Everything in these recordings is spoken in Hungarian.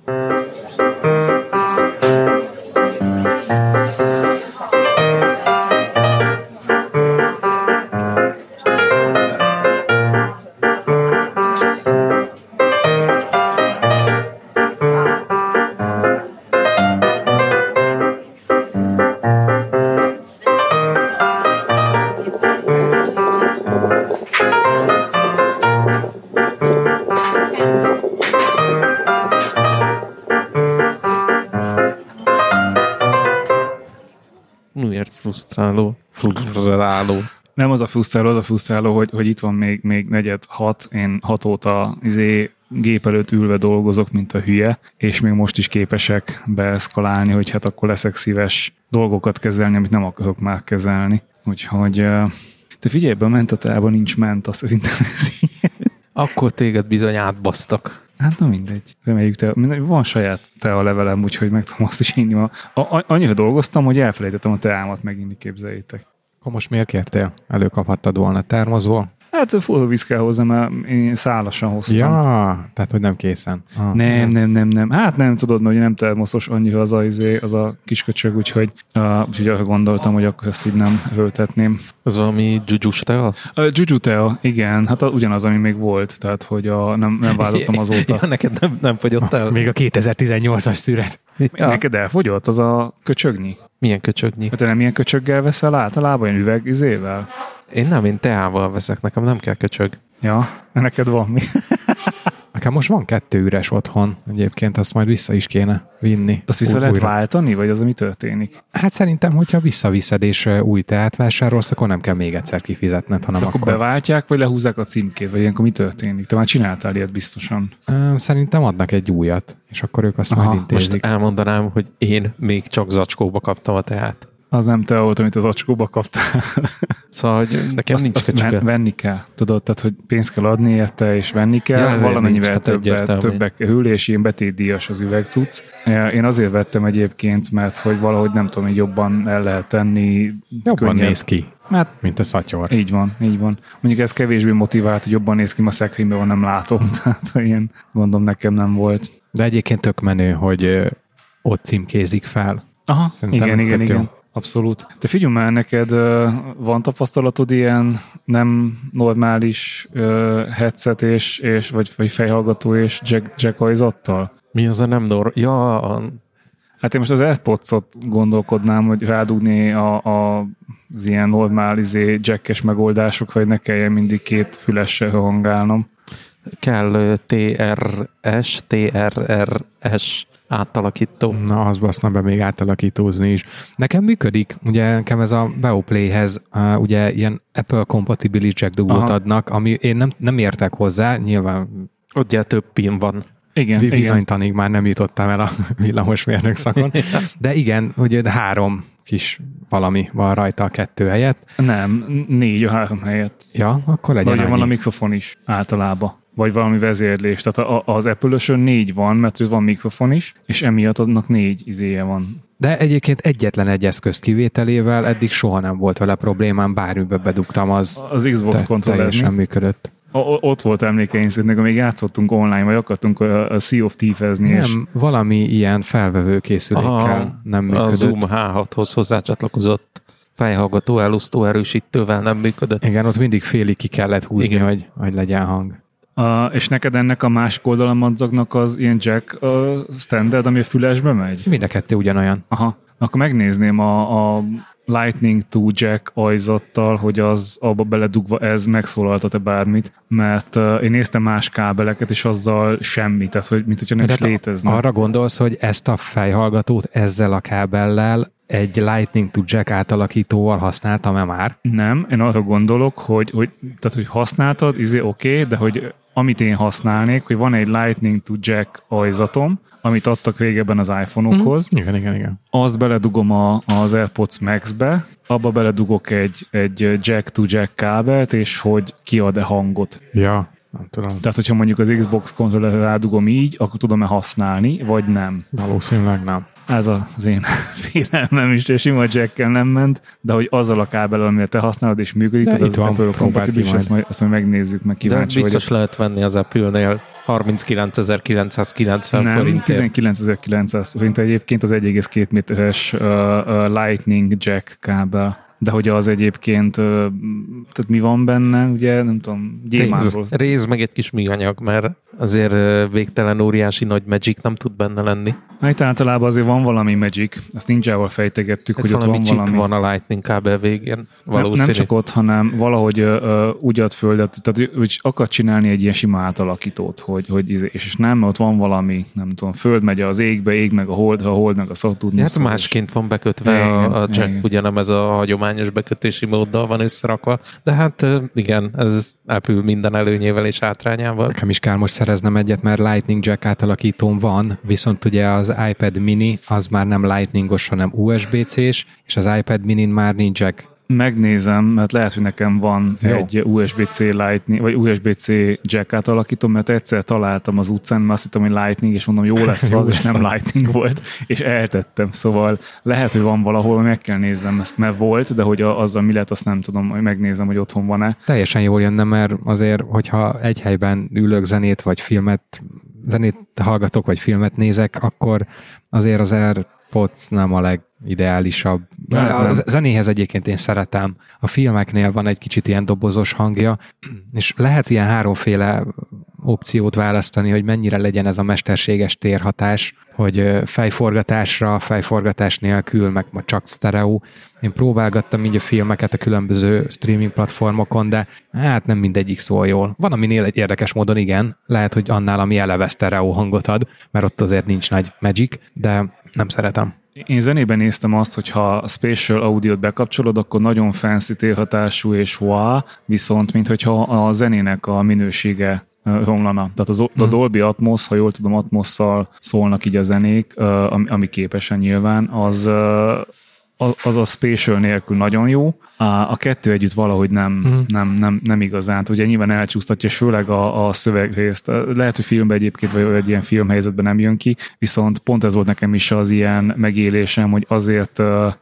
Miért frusztráló? Nem az a frusztráló, hogy itt van még 4:06, én 6 óta gép előtt ülve dolgozok, mint a hülye, és még most is képesek beeszkalálni, hogy hát akkor leszek szíves dolgokat kezelni, amit nem akarok már kezelni. Úgyhogy te figyelj be, a mentatában nincs menta, szerintem ez ilyen. Akkor téged bizony átbasztak. Hát na mindegy. Reméljük van saját tea levelem, úgyhogy meg tudom azt is inni. Annyira dolgoztam, hogy elfelejtettem a teámat meginni, képzeljétek. Akkor most miért kértél? Előkaphattad volna termozból? Hát forró víz kell hozzá, mert én szálasan hoztam. Ja, tehát hogy nem készen. Nem. Hát nem tudod, mert nem termoszos annyira az a kisköcsög, úgyhogy arra gondoltam, hogy akkor ezt így nem öltetném. Az valami dzsuzsus tea? Dzsuzsu tea, igen. Hát ugyanaz, ami még volt, tehát hogy nem váltottam azóta. Ja, neked nem fogyott el? Még a 2018-as szüret. Ja. Neked elfogyott az a köcsögnyi? Milyen köcsögnyi? Te nem ilyen köcsöggel veszel általában, ilyen üvegizével? Én teával veszek, nekem nem kell köcsög. Ja, neked van mi? Nekem most van 2 üres otthon, egyébként azt majd vissza is kéne vinni. Azt vissza lehet váltani, vagy az, ami történik? Hát szerintem, hogyha visszaviszed és új teát vásárolsz, akkor nem kell még egyszer kifizetned, hanem akkor beváltják, vagy lehúzzák a címkét, vagy ilyenkor mi történik? Te már csináltál ilyet biztosan. Szerintem adnak egy újat, és akkor ők azt majd intézik. Most elmondanám, hogy én még csak zacskóba kaptam a teát. Az nem te volt, amit az acskóba kaptál. Szóval, hogy nekem nincs köcsöge. Venni kell, tudod, tehát, hogy pénzt kell adni érte, és venni kell, ja, valamennyivel többek kerül, és ilyen betétdíjas az üvegcucc. Én azért vettem egyébként, mert hogy valahogy nem tudom, hogy jobban el lehet tenni. Jobban néz ki, hát, mint a szatyor. Így van. Mondjuk ez kevésbé motivált, hogy jobban néz ki, ma szekrényben van, nem látom. Tehát ilyen gondom nekem nem volt. De egyébként tök menő, hogy ott címkézik fel. Aha, igen. Abszolút. Te figyelj már, neked van tapasztalatod ilyen nem normális headset vagy fejhallgató és jack ajzattal? Mi az a nem Ja, hát én most az AirPods-ot gondolkodnám, hogy rádugni az ilyen normál jackes megoldásokra, hogy ne kelljen mindig 2 fülessel hangálnom. Kell TRS átalakító. Na, az baszna be még átalakítózni is. Nekem működik, ugye nekem ez a Beoplayhez ugye ilyen Apple compatibilis jack dugót adnak, ami én nem értek hozzá, nyilván ugye több pin van. Igen. Villanytanig már nem jutottam el a villamosmérnök szakon. De igen, hogy 3 kis valami van rajta a 2 helyett. Nem, 4 a 3 helyett. Ja, akkor legyen vagy van a mikrofon is általában. Vagy valami vezérlés. Tehát az Apple-ösön 4 van, mert van mikrofon is, és emiatt adnak 4 izéje van. De egyébként egyetlen egy eszköz kivételével eddig soha nem volt vele problémám, bármibe bedugtam, az Xbox kontroller teljesen működött. Ott volt emlékeim szerint, még játszottunk online, vagy akartunk a Sea of Thieves-ezni. Nem, valami ilyen felvevő készülékkel nem működött. A Zoom H6-hoz hozzácsatlakozott fejhallgató elosztó erősítővel nem működött. Igen, ott mindig félig ki kellett húzni, hogy legyen hang. És neked ennek a másik oldalon madzagnak az ilyen jack standard, ami a fülesbe megy? Mind a 2 ugyanolyan. Aha. Akkor megnézném a Lightning to Jack ajzattal, hogy az abba beledugva ez megszólaltat-e bármit, mert én néztem más kábeleket, és azzal semmi, tehát hogy, mint hogyha nem is létezne. Arra gondolsz, hogy ezt a fejhallgatót ezzel a kábellel egy Lightning to Jack átalakítóval használtam-e már? Nem, én arra gondolok, hogy használtad, oké, de hogy amit én használnék, hogy van egy Lightning to Jack ajzatom, amit adtak régebben az iPhone-okhoz. Igen. Azt beledugom az AirPods Max-be, abba beledugok egy jack to jack kábelt, és hogy kiad-e hangot. Ja, nem tudom. Tehát, hogyha mondjuk az Xbox konzolra rádugom így, akkor tudom-e használni, vagy nem? Valószínűleg nem. Ez az én félelmem is, és sima jackkel nem ment, de hogy azzal a kábellel, amire te használod és működik, tehát az Apple kompatibilis, ezt majd megnézzük, meg kíváncsi. De biztos lehet venni az Apple-nél 39.990 forintért. 19.900 forint egyébként az 1,2 méteres Lightning Jack kábel. De hogy az egyébként, tehát mi van benne, ugye, nem tudom, gyémántról. Réz meg egy kis műanyag, mert azért végtelen óriási nagy Magic nem tud benne lenni. Hát általában azért van valami Magic, azt Ninjával fejtegettük, hogy ott van valami. Van a Lightning kábel végén, valószínű. Nem csak ott, hanem valahogy úgy ad földet, tehát hogy akar csinálni egy ilyen sima átalakítót, és nem, ott van valami, nem tudom, föld megy az égbe, ég meg a hold meg a Saturnus. Hát másként van bekötve a Jack, ugyanem ez a hagyományos bekötési móddal van összerakva, de hát igen, ez Apple minden előnyével és hátrányával. Nekem is kell most szereznem egyet, mert Lightning Jack átalakítón van, viszont ugye az iPad mini az már nem Lightningos, hanem USB-C-s, és az iPad minin már nincs Jack. Megnézem, mert lehet, hogy nekem van egy USB-C Lightning, vagy USB-C jack átalakítom, mert egyszer találtam az utcán, mert azt hittem, hogy Lightning, és mondom, jó lesz az, és nem Lightning volt, és eltettem. Szóval lehet, hogy van valahol, meg kell nézzem, mert volt, de hogy azzal mi lehet, azt nem tudom, hogy megnézem, hogy otthon van-e. Teljesen jól jönne, mert azért, hogyha egy helyben ülök zenét hallgatok, vagy filmet nézek, akkor azért az AirPods nem a legideálisabb. A zenéhez egyébként én szeretem. A filmeknél van egy kicsit ilyen dobozos hangja, és lehet ilyen háromféle opciót választani, hogy mennyire legyen ez a mesterséges térhatás, hogy fejforgatás nélkül, meg csak sztereó. Én próbálgattam így a filmeket a különböző streaming platformokon, de hát nem mindegyik szól jól. Van, aminél egy érdekes módon igen, lehet, hogy annál, ami eleve sztereó hangot ad, mert ott azért nincs nagy magic, de nem szeretem. Én zenében néztem azt, hogy ha a Spatial Audio-t bekapcsolod, akkor nagyon fancy térhatású és wow, viszont minthogyha a zenének a minősége romlana. Tehát a Dolby Atmos, ha jól tudom, Atmosszal szólnak így a zenék, ami képesen nyilván, az a Spatial nélkül nagyon jó. A kettő együtt valahogy nem igazán. Ugye nyilván elcsúsztatja, és főleg a szövegrészt. Lehet, hogy filmben egyébként, vagy egy ilyen filmhelyzetben nem jön ki, viszont pont ez volt nekem is az ilyen megélésem, hogy azért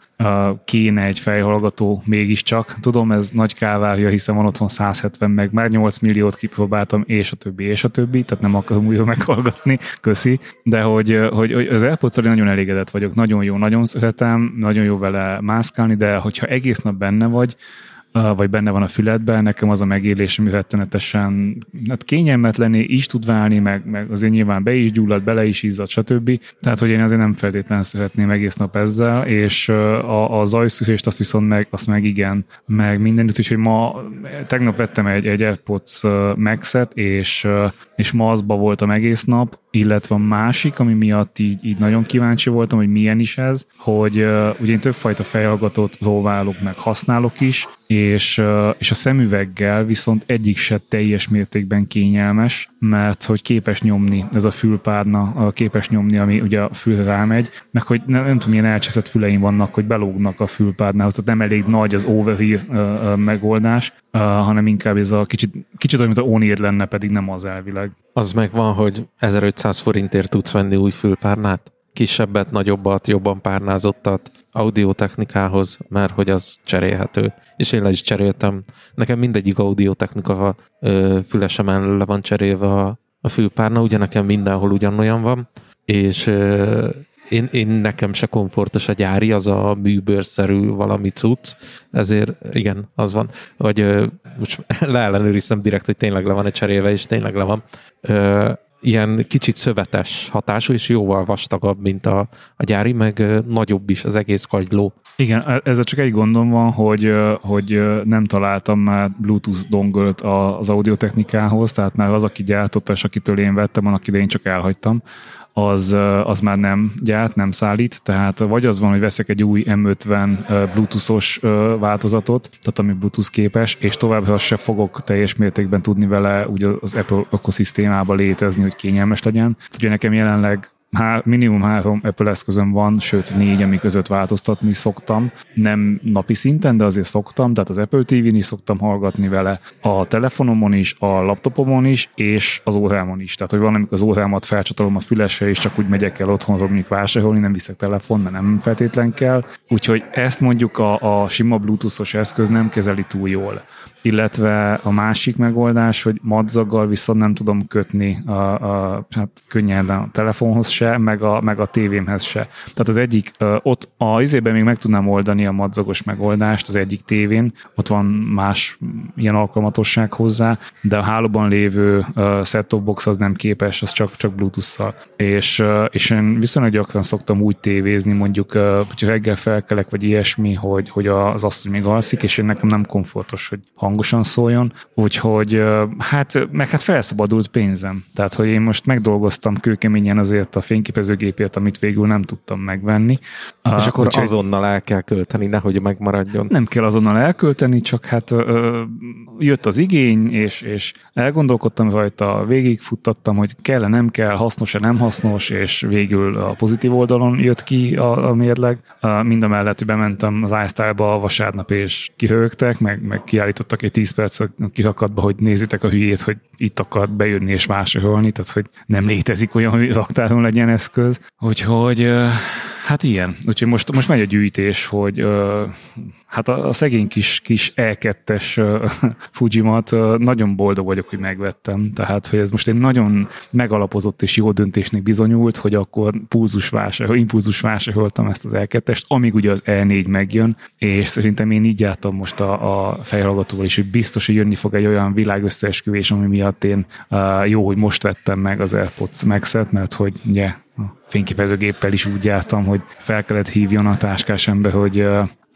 kéne egy fejhallgató mégiscsak. Tudom, ez nagy kávárja, hiszen van otthon 170 meg, már 8 milliót kipróbáltam, és a többi, tehát nem akarom újra meghallgatni, köszi. De hogy az AirPods-al nagyon elégedett vagyok, nagyon jó, nagyon szeretem, nagyon jó vele mászkálni, de hogyha egész nap benne vagy benne van a füledben, nekem az a megélés, ami rettenetesen kényelmetlenné is tud válni, meg azért nyilván be is gyullad, bele is izzad, stb. Tehát, hogy én azért nem feltétlenül szeretném egész nap ezzel, és a zajszűrést azt viszont meg igen, meg mindenütt, úgyhogy tegnap vettem egy AirPods Max-et, és ma azba voltam egész nap, illetve a másik, ami miatt így nagyon kíváncsi voltam, hogy milyen is ez, hogy ugye én többfajta fejhallgatót próbálok, meg használok is, és a szemüveggel viszont egyik se teljes mértékben kényelmes, mert hogy képes nyomni, ez a fülpárna képes nyomni, ami ugye a fülre rámegy, meg hogy nem tudom, milyen elcseszett füleim vannak, hogy belógnak a fülpárnához, tehát nem elég nagy az over-ear megoldás, hanem inkább ez a kicsit olyan, mint a on-ear lenne, pedig nem az elvileg. Az megvan, hogy 1500 forintért tudsz venni új fülpárnát? Kisebbet, nagyobbat, jobban párnázottat audiotechnikához, mert hogy az cserélhető. És én le is cseréltem. Nekem mindegyik audiotechnika fülesemen le van cserélve a fülpárna, ugye nekem mindenhol ugyanolyan van, és én nekem se komfortos a gyári, az a műbőrszerű valami cucc, ezért igen, az van. Vagy most leellenőriztem direkt, hogy tényleg le van cserélve, és tényleg le van. Ilyen kicsit szövetes hatású, és jóval vastagabb, mint a gyári, meg nagyobb is az egész kagyló. Igen, ezzel csak egy gondom van, hogy nem találtam már Bluetooth dongle-t az audiotechnikához, tehát már az, aki gyártotta, és akitől én vettem, annak idején csak elhagytam, az már nem gyárt, nem szállít, tehát vagy az van, hogy veszek egy új M50 Bluetooth-os változatot, tehát ami Bluetooth képes, és továbbra se fogok teljes mértékben tudni vele úgy az Apple ökoszisztémában létezni, hogy kényelmes legyen. Ugye nekem jelenleg minimum 3 Apple eszközöm van, sőt 4, ami között változtatni szoktam. Nem napi szinten, de azért szoktam, tehát az Apple TV-n is szoktam hallgatni vele, a telefonomon is, a laptopomon is, és az órámon is. Tehát, hogy van, amikor az órámat felcsatolom a fülesre, és csak úgy megyek el otthonról mondjuk vásárolni, nem viszek telefon, mert nem feltétlen kell. Úgyhogy ezt mondjuk a sima Bluetooth-os eszköz nem kezeli túl jól. Illetve a másik megoldás, hogy madzaggal viszont nem tudom kötni hát könnyen a telefonhoz se, meg a tévémhez se. Tehát az egyik, ott izében még meg tudnám oldani a madzagos megoldást, az egyik tévén, ott van más ilyen alkalmatosság hozzá, de a hálóban lévő set-top box az nem képes, az csak Bluetooth-szal. És én viszonylag gyakran szoktam úgy tévézni, mondjuk, hogyha reggel felkelek, vagy ilyesmi, hogy az asszony még alszik, és én nekem nem komfortos, hogy hangosan szóljon, úgyhogy hát felszabadult pénzem. Tehát, hogy én most megdolgoztam kőkeményen azért a fényképezőgépért, amit végül nem tudtam megvenni. És akkor azonnal el kell költeni, nehogy megmaradjon. Nem kell azonnal elkölteni, csak hát jött az igény, és elgondolkodtam rajta, végigfuttattam, hogy kell-e, nem kell, hasznos-e, nem hasznos, és végül a pozitív oldalon jött ki a mérleg. Mindamellett, hogy bementem az iStyle-ba vasárnap, és kirögtek, meg kiállítottak egy 10 perc kirakatba, hogy nézzétek a hülyét, hogy itt akar bejönni és vásárolni, tehát hogy nem létezik olyan, hogy raktáron legyen eszköz. Úgyhogy hát ilyen. Úgyhogy most megy a gyűjtés, hogy hát a szegény kis E2-es Fujimat nagyon boldog vagyok, hogy megvettem. Tehát, hogy ez most egy nagyon megalapozott és jó döntésnek bizonyult, hogy akkor impulzus vásároltam ezt az E2-est, amíg ugye az E4 megjön, és szerintem én így jártam most a fejhallgatóval is, hogy biztos, hogy jönni fog egy olyan világösszeesküvés, ami miatt én jó, hogy most vettem meg az AirPods Max-et, mert hogy ugye a fényképezőgéppel is úgy jártam, hogy fel kellett hívjon a táskás ember, hogy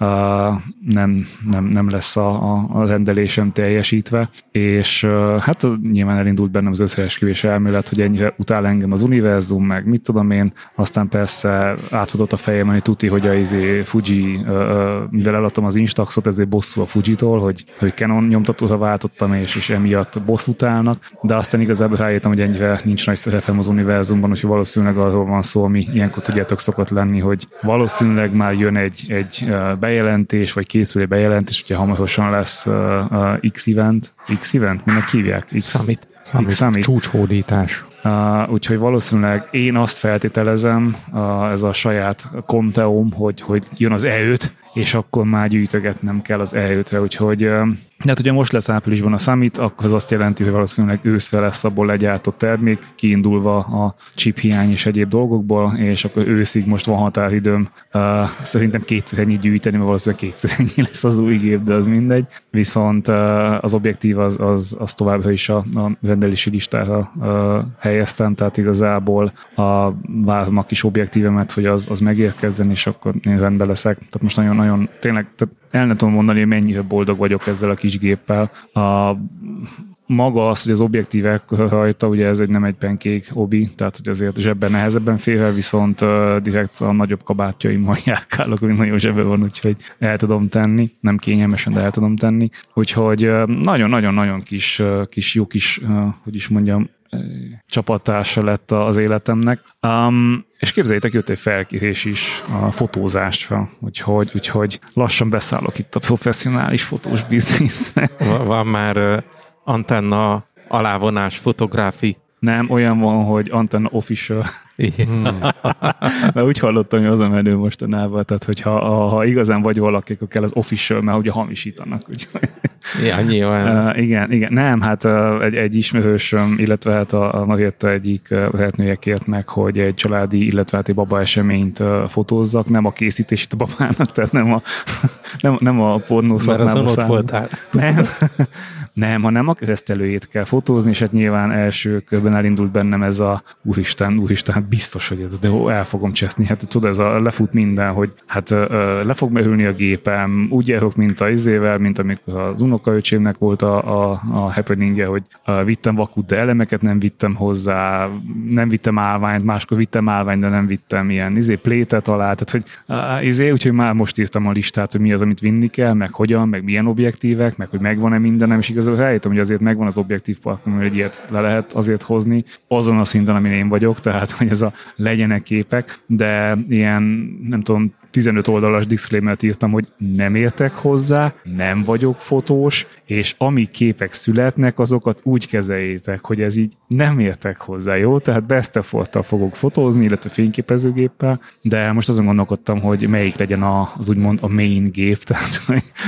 nem lesz a rendelésem teljesítve, és hát nyilván elindult bennem az összeesküvés elmélet, hogy ennyire utál engem az univerzum, meg mit tudom én, aztán persze átfutott a fejem, hogy tuti, hogy a Fuji, mivel eladtam az Instaxot, ezért bosszú a Fujitól, hogy Canon nyomtatóra váltottam, és emiatt bosszút állnak, de aztán igazából rájöttem, hogy ennyire nincs nagy szerepem az univerzumban, úgyhogy valószínűleg arról van szó, ami ilyenkor tudjátok szokott lenni, hogy valószínűleg már jön egy bejelentés, vagy készül egy bejelentés, hogyha hamarosan lesz X-event, minek hívják? X-Summit. Csúcshódítás. Úgyhogy valószínűleg én azt feltételezem, ez a saját konteóm, hogy jön az E5, és akkor már gyűjtögetnem kell az E5-re, úgyhogy de hát ugye most lesz áprilisban a Summit, akkor az azt jelenti, hogy valószínűleg őszre lesz abból legyártott termék, kiindulva a chip hiány és egyéb dolgokból, és akkor őszig most van határidőm. Szerintem kétszer ennyit gyűjteni, mert valószínűleg kétszer ennyi lesz az új gép, de az mindegy. Viszont az objektív az továbbra is a rendelési listára helyeztem, tehát igazából várom a kis objektívemet, hogy az megérkezzen, és akkor én rendben leszek. Tehát most nagyon tényleg, el nem tudom mondani, hogy mennyire boldog vagyok ezzel a kis géppel. Maga az, hogy az objektívek rajta, ugye ez nem egy penkék obi, tehát hogy azért zsebben nehezebben fér el, viszont direkt a nagyobb kabátjaimmal járkálok, hogy nagyon zsebben van, úgyhogy el tudom tenni, nem kényelmesen, de el tudom tenni. Úgyhogy nagyon-nagyon jó kis, hogy is mondjam, csapattársa lett az életemnek. És képzeljétek, jött egy felkérés is a fotózásra, úgyhogy lassan beszállok itt a professzionális fotós bizniszbe. Van már antenna alávonás fotográfi. Nem, olyan van, hogy antenna official. Mert úgy hallottam, hogy az a menő mostanában, tehát hogyha igazán vagy valaki, akkor kell az official, mert ugye hamisítanak. Ja, nyilván. Igen. Nem, hát egy ismerősöm, illetve hát a Marietta egyik barátnője kért meg, hogy egy családi, illetve hát egy baba eseményt fotózzak, nem a készítését a babának, tehát nem a pornószakmába. Mert azon ott voltál. Nem, hanem a keresztelőjét kell fotózni, és hát nyilván első körben elindult bennem ez a úristen, hát biztos, hogy de el fogom cseszni. Hát tudod, ez lefut minden, hogy hát le fog merülni a gépem, úgy járok, mint mint amikor az unokaöcsémnek volt a happeningje, hogy vittem vakut, de elemeket nem vittem hozzá, nem vittem állványt, máskor vittem állványt, de nem vittem ilyen plétet alá, tehát hogy úgyhogy már most írtam a listát, hogy mi az, amit vinni kell, meg hogyan, meg milyen objektívek, meg hogy megvan-e mindenem, és igazából közben rájöttem, hogy azért megvan az objektív parkom, hogy egy ilyet le lehet azért hozni azon a szinten, amin én vagyok, tehát hogy ez a legyenek képek, de ilyen, nem tudom, 15 oldalas disclaimer-t írtam, hogy nem értek hozzá, nem vagyok fotós, és ami képek születnek, azokat úgy kezeljétek, hogy ez így nem értek hozzá, jó? Tehát best efforttal fogok fotózni, illetve fényképezőgéppel, de most azon gondolkodtam, hogy melyik legyen az úgymond a main gép, tehát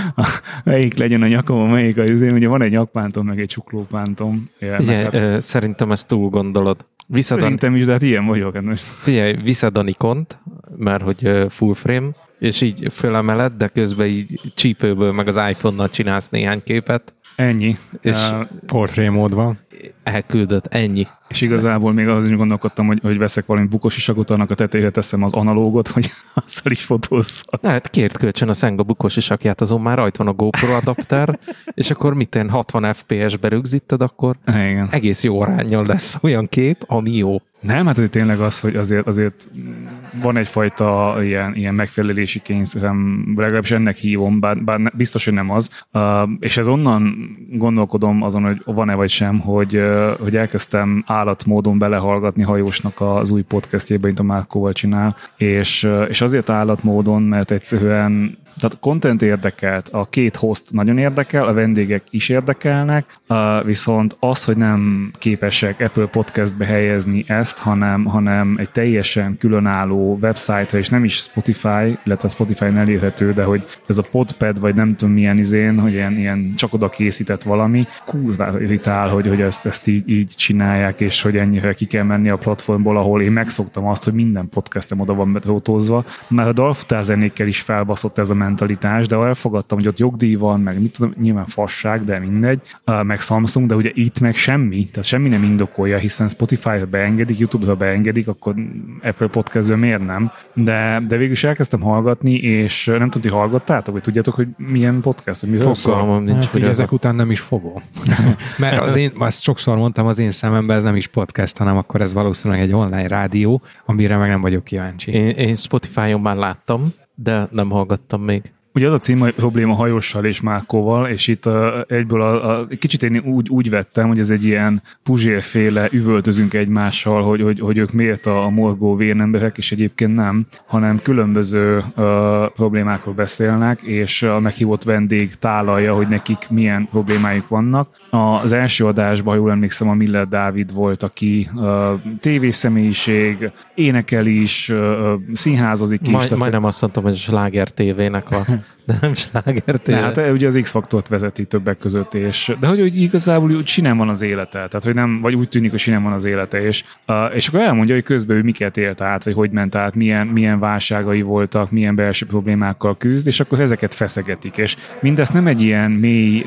melyik legyen a nyakom, melyik ugye van egy nyakpántom, meg egy csuklópántom. Igen, szerintem ezt túl gondolod. Szerintem is, de hát ilyen vagyok. Figyelj, viszed a Nikont, mert hogy full frame, és így fölemeled, de közben így csípőből meg az iPhone-nal csinálsz néhány képet. Ennyi. És portré módban. Elküldött, ennyi. És igazából még azon gondolkodtam, hogy veszek valami bukosisagot, annak a tetejére teszem az analógot, hogy azzal is fotózzak. Hát kért kölcsön a Szenga bukosisakját, azon már rajta van a GoPro adapter, és akkor miten 60 FPS-be rögzíted, akkor igen. Egész jó aránnyal lesz olyan kép, ami jó. Nem, hát ez tényleg az, hogy azért van egyfajta ilyen megfelelési kényszerem, legalábbis ennek hívom, bár biztos, hogy nem az. És ez onnan gondolkodom azon, hogy van-e vagy sem, hogy elkezdtem állatmódon belehallgatni Hajósnak az új podcastjébe, mint a Márkóval csinál, és azért állatmódon, mert egyszerűen tehát content érdekelt, a két host nagyon érdekel, a vendégek is érdekelnek, viszont az, hogy nem képesek Apple Podcastbe helyezni ezt, hanem egy teljesen különálló website-ra, és nem is Spotify, illetve a Spotify-n elérhető, de hogy ez a Podpad, vagy nem tudom milyen hogy ilyen csak oda készített valami, kurva irritál, hogy ezt így csinálják, és hogy ennyire ki kell menni a platformból, ahol én megszoktam azt, hogy minden podcastem oda van betótózva. Már a dalfutárzenékkel is felbaszott ez a mentalitás, de elfogadtam, hogy ott jogdíj van, meg mit tudom, nyilván fasság, de mindegy, meg Samsung, de ugye itt meg semmi, tehát semmi nem indokolja, hiszen Spotify-ra beengedik, YouTube-ra beengedik, akkor Apple Podcast-ben miért nem? De végül is elkezdtem hallgatni, és nem tudom, hogy hallgattátok, vagy tudjátok, hogy milyen podcast, hogy miről szól? Hát, hogy ezek után nem is fogom. Mert azt sokszor mondtam, az én szememben ez nem is podcast, hanem akkor ez valószínűleg egy online rádió, amire meg nem vagyok kíváncsi. Én Spotify-on már láttam, de nem hallgattam még. Ugye az a cím, hogy probléma Hajóssal és Márkóval, és itt egyből kicsit én úgy vettem, hogy ez egy ilyen Puzsér-féle üvöltözünk egymással, hogy ők miért a morgó vérnemberek, és egyébként nem, hanem különböző problémákról beszélnek, és a meghívott vendég tálalja, hogy nekik milyen problémáik vannak. Az első adásban, jól emlékszem, a Miller Dávid volt, aki tévészemélyiség, énekel is, színházozik is. Majdnem azt mondtam, hogy Sláger TV-nek de nem Sláger TV. Hát ugye az X-faktort vezeti többek között, de hogy igazából úgy sinem van az élete, tehát hogy nem, vagy úgy tűnik, hogy sinem van az élete, és akkor elmondja, hogy közben ő miket élt át, vagy hogy ment át, milyen válságai voltak, milyen belső problémákkal küzd, és akkor ezeket feszegetik, és mindezt nem egy ilyen mély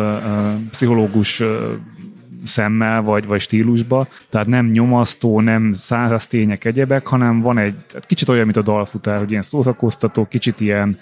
pszichológus szemmel, vagy stílusba, tehát nem nyomasztó, nem száraz tények, egyebek, hanem van egy kicsit olyan, mint a dalfutár, hogy ilyen szórakoztató, kicsit ilyen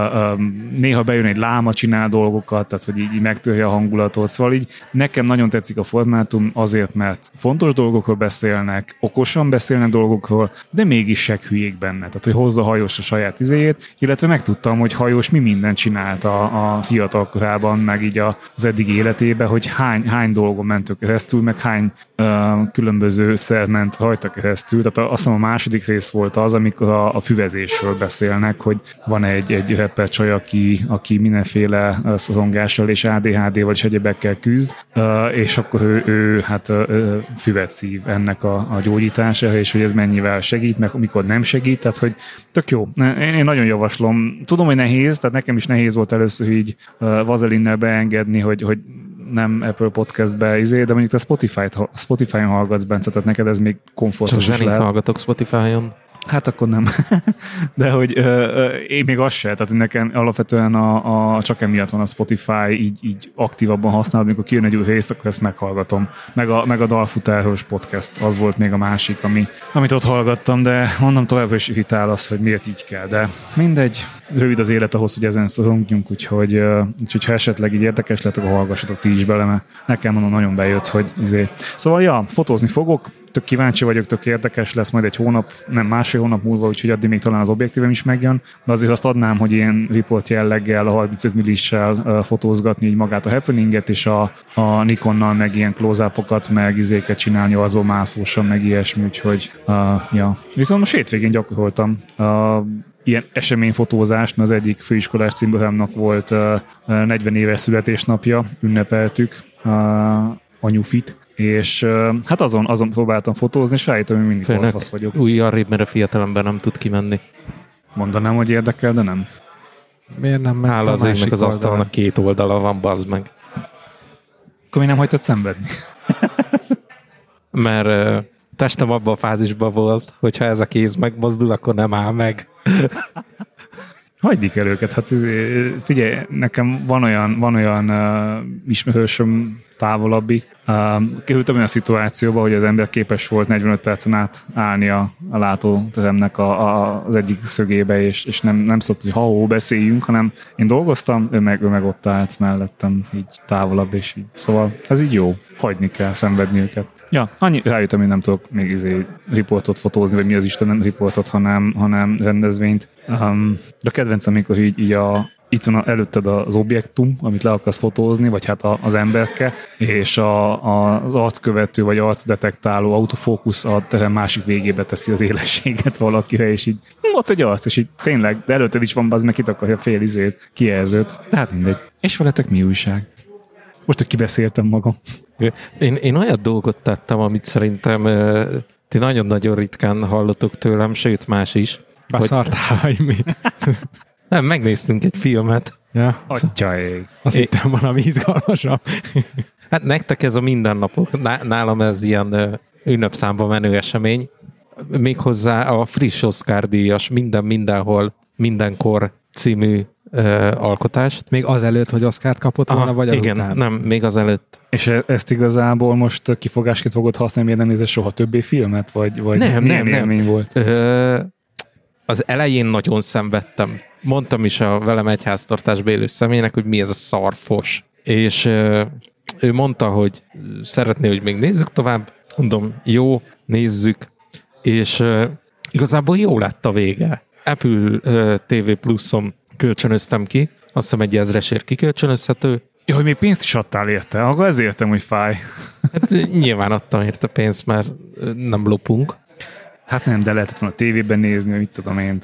néha bejön egy láma, csinál dolgokat, tehát hogy így megtörje a hangulatot, szóval így nekem nagyon tetszik a formátum azért, mert fontos dolgokról beszélnek, okosan beszélnek dolgokról, de mégis se hülyék benne, tehát hogy hozza Hajós a saját izéjét, illetve megtudtam, hogy Hajós mi mindent csinált a fiatalkorában, meg így az eddigi életében, hogy hány dolgon ment keresztül, meg hány különböző szerment rajta keresztül. Tehát azt hiszem a második rész volt az, amikor a füvezésről beszélnek, hogy van egy rapper csaj, aki mindenféle szorongással és ADHD-val és egyebekkel küzd, és akkor ő füvet szív ennek a gyógyítására, és hogy ez mennyivel segít, meg mikor nem segít, tehát hogy tök jó. Én nagyon javaslom. Tudom, hogy nehéz, tehát nekem is nehéz volt először így vazelinnel beengedni, hogy nem Apple Podcastbe, de mondjuk te Spotify-on hallgatsz, Bence, tehát neked ez még komfortos is lehet. Csak zenét hallgatok Spotify-on. Hát akkor nem. De hogy én még az se, tehát nekem alapvetően csak emiatt van a Spotify így aktívabban használom, amikor kijön egy új rész, akkor ezt meghallgatom. Meg a dalfutáros podcast, az volt még a másik, amit ott hallgattam, de mondom továbbra is irritál az, hogy miért így kell, de mindegy, rövid az élet ahhoz, hogy ezen szorongjunk, úgyhogy ha esetleg így érdekes lehet, akkor hallgassatok ti is bele, mert nekem mondom, nagyon bejött, hogy Szóval fotózni fogok, tök kíváncsi vagyok, tök érdekes lesz majd egy hónap, nem másfél hónap múlva, úgyhogy addig még talán az objektívem is megjön, de azért azt adnám, hogy ilyen report jelleggel, a 35 millissel fotózgatni így magát a happeninget, és a Nikonnal meg ilyen close-upokat, meg izéket csinálni, azból mászósan, meg ilyesmi, úgyhogy ja. Viszont most hétvégén gyakoroltam ilyen eseményfotózást, mert az egyik főiskolás cimborámnak volt 40 éves születésnapja, ünnepeltük anyufit, és hát azon próbáltam fotózni, és rájöttem, hogy mindig korfasz vagyok. Új arrébb, mert a fiatalember nem tud kimenni. Mondanám, hogy érdekel, de nem. Miért nem? Hála az égnek az asztalnak 2 oldala van, bazd meg. Akkor mi nem hagytad szenvedni? Mert testem abban a fázisban volt, hogyha ez a kéz megmozdul, akkor nem áll meg. Hagyjuk el őket. Hát figyelj, nekem van olyan ismerősöm távolabbi. Kerültem olyan szituációba, hogy az ember képes volt 45 percen át állni a látóteremnek az egyik szögébe, és nem szólt, hogy ha beszéljünk, hanem én dolgoztam, ő meg ott állt mellettem, így távolabb, és így. Szóval ez így jó. Hagyni kell szenvedni őket. Ja, rájöttem, hogy nem tudok még riportot fotózni, vagy mi az Isten nem riportot, hanem rendezvényt. De a kedvencem, amikor így itt van előtted az objektum, amit le akarsz fotózni, vagy hát az emberke, és az arckövető vagy arcdetektáló autofókusz a terem másik végébe teszi az élességet valakire, és így ott egy arc, és így tényleg, de előtted is van, az meg itt akarja fél kijelzőt. Tehát mindegy. És veletek mi újság? Most, hogy kibeszéltem magam. Én olyan dolgot tettem, amit szerintem ti nagyon-nagyon ritkán hallotok tőlem, sőt más is. Beszartál, vagy mi? Nem, megnéztünk egy filmet. Ja. Atyaég. Azt hittem valami izgalmasabb. Hát nektek ez a mindennapok. Nálam ez ilyen ünnepszámba menő esemény. Méghozzá a friss Oscar-díjas mindenhol, mindenkor című alkotást. Még azelőtt, hogy Oscart kapott volna, vagy azután? Igen, nem, még azelőtt. És ezt igazából most kifogásként fogod használni, miért nem nézed soha többé filmet? Vagy nem. élmény volt? Az elején nagyon szenvedtem. Mondtam is a velem egyháztartásba élő személynek, hogy mi ez a szarfos. És ő mondta, hogy szeretné, hogy még nézzük tovább. Mondom, jó, nézzük. És igazából jó lett a vége. Apple TV Plus-on kölcsönöztem ki. Azt hiszem 1000-esért kikölcsönözhető. Ja, hogy még pénzt is adtál érte. Akkor ezért értem, hogy fáj. Hát nyilván adtam érte pénzt, mert nem lopunk. Hát nem, de lehetett volna a tévében nézni, vagy mit tudom én.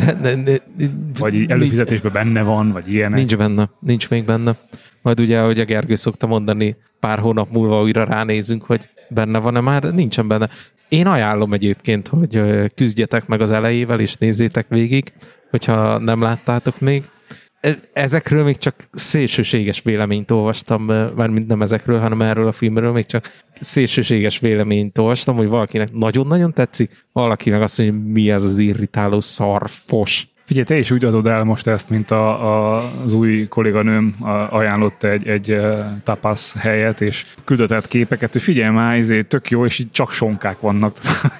Vagy előfizetésben benne van, vagy ilyenek. Nincs még benne. Majd ugye, ahogy a Gergő szokta mondani, pár hónap múlva újra ránézünk, hogy benne van-e már, nincsen benne. Én ajánlom egyébként, hogy küzdjetek meg az elejével, és nézzétek végig, hogyha nem láttátok még. Ezekről még csak szélsőséges véleményt olvastam, mármint nem ezekről, hanem erről a filmről még csak szélsőséges véleményt olvastam, hogy valakinek nagyon-nagyon tetszik, valaki meg azt mondja, hogy mi ez az irritáló szarfos. Figyelj, te is úgy adod el most ezt, mint az új kolléganőm ajánlott egy tapas helyet, és küldött képeket, hogy figyelj már, tök jó, és így csak sonkák vannak.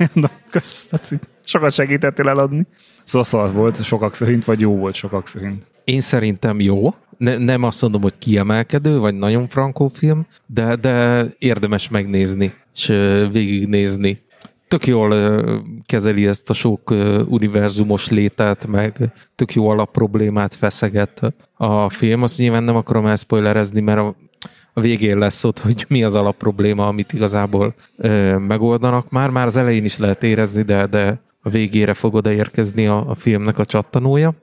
Sokat segítettél eladni. Szóval szar volt sokak szerint, vagy jó volt sokak szerint? Én szerintem jó. Nem azt mondom, hogy kiemelkedő, vagy nagyon frankó film, de érdemes megnézni, és végignézni. Tök jól kezeli ezt a sok univerzumos létet, meg tök jó alapproblémát feszeget a film. Azt nyilván nem akarom elszpoilerezni, mert a végén lesz ott, hogy mi az alapprobléma, amit igazából megoldanak már. Már az elején is lehet érezni, de a végére fog odaérkezni a filmnek a csattanója.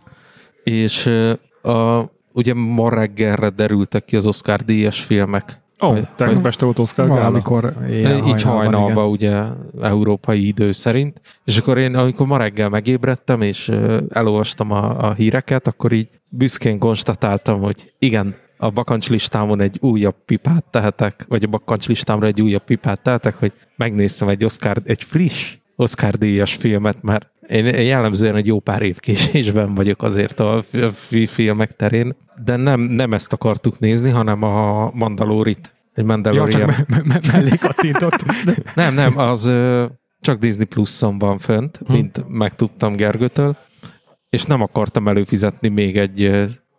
És ugye ma reggelre derültek ki az Oscar-díjas filmek. Tegnap este volt Oscar gála? Valamikor így hajnalban, ugye, európai idő szerint. És akkor én, amikor ma reggel megébredtem, és elolvastam a híreket, akkor így büszkén konstatáltam, hogy igen, a bakancslistámon egy újabb pipát tehetek, vagy a bakancslistámra egy újabb pipát tehetek, hogy megnéztem egy friss Oscar-díjas filmet, mert én jellemzően egy jó pár év késésben vagyok azért a filmek terén, de nem ezt akartuk nézni, hanem a Mandalorit. Egy Mandalorian. Ja, csak mellé kattintott. Nem, az csak Disney Plus-on van fönt, mint megtudtam Gergőtől, és nem akartam előfizetni még egy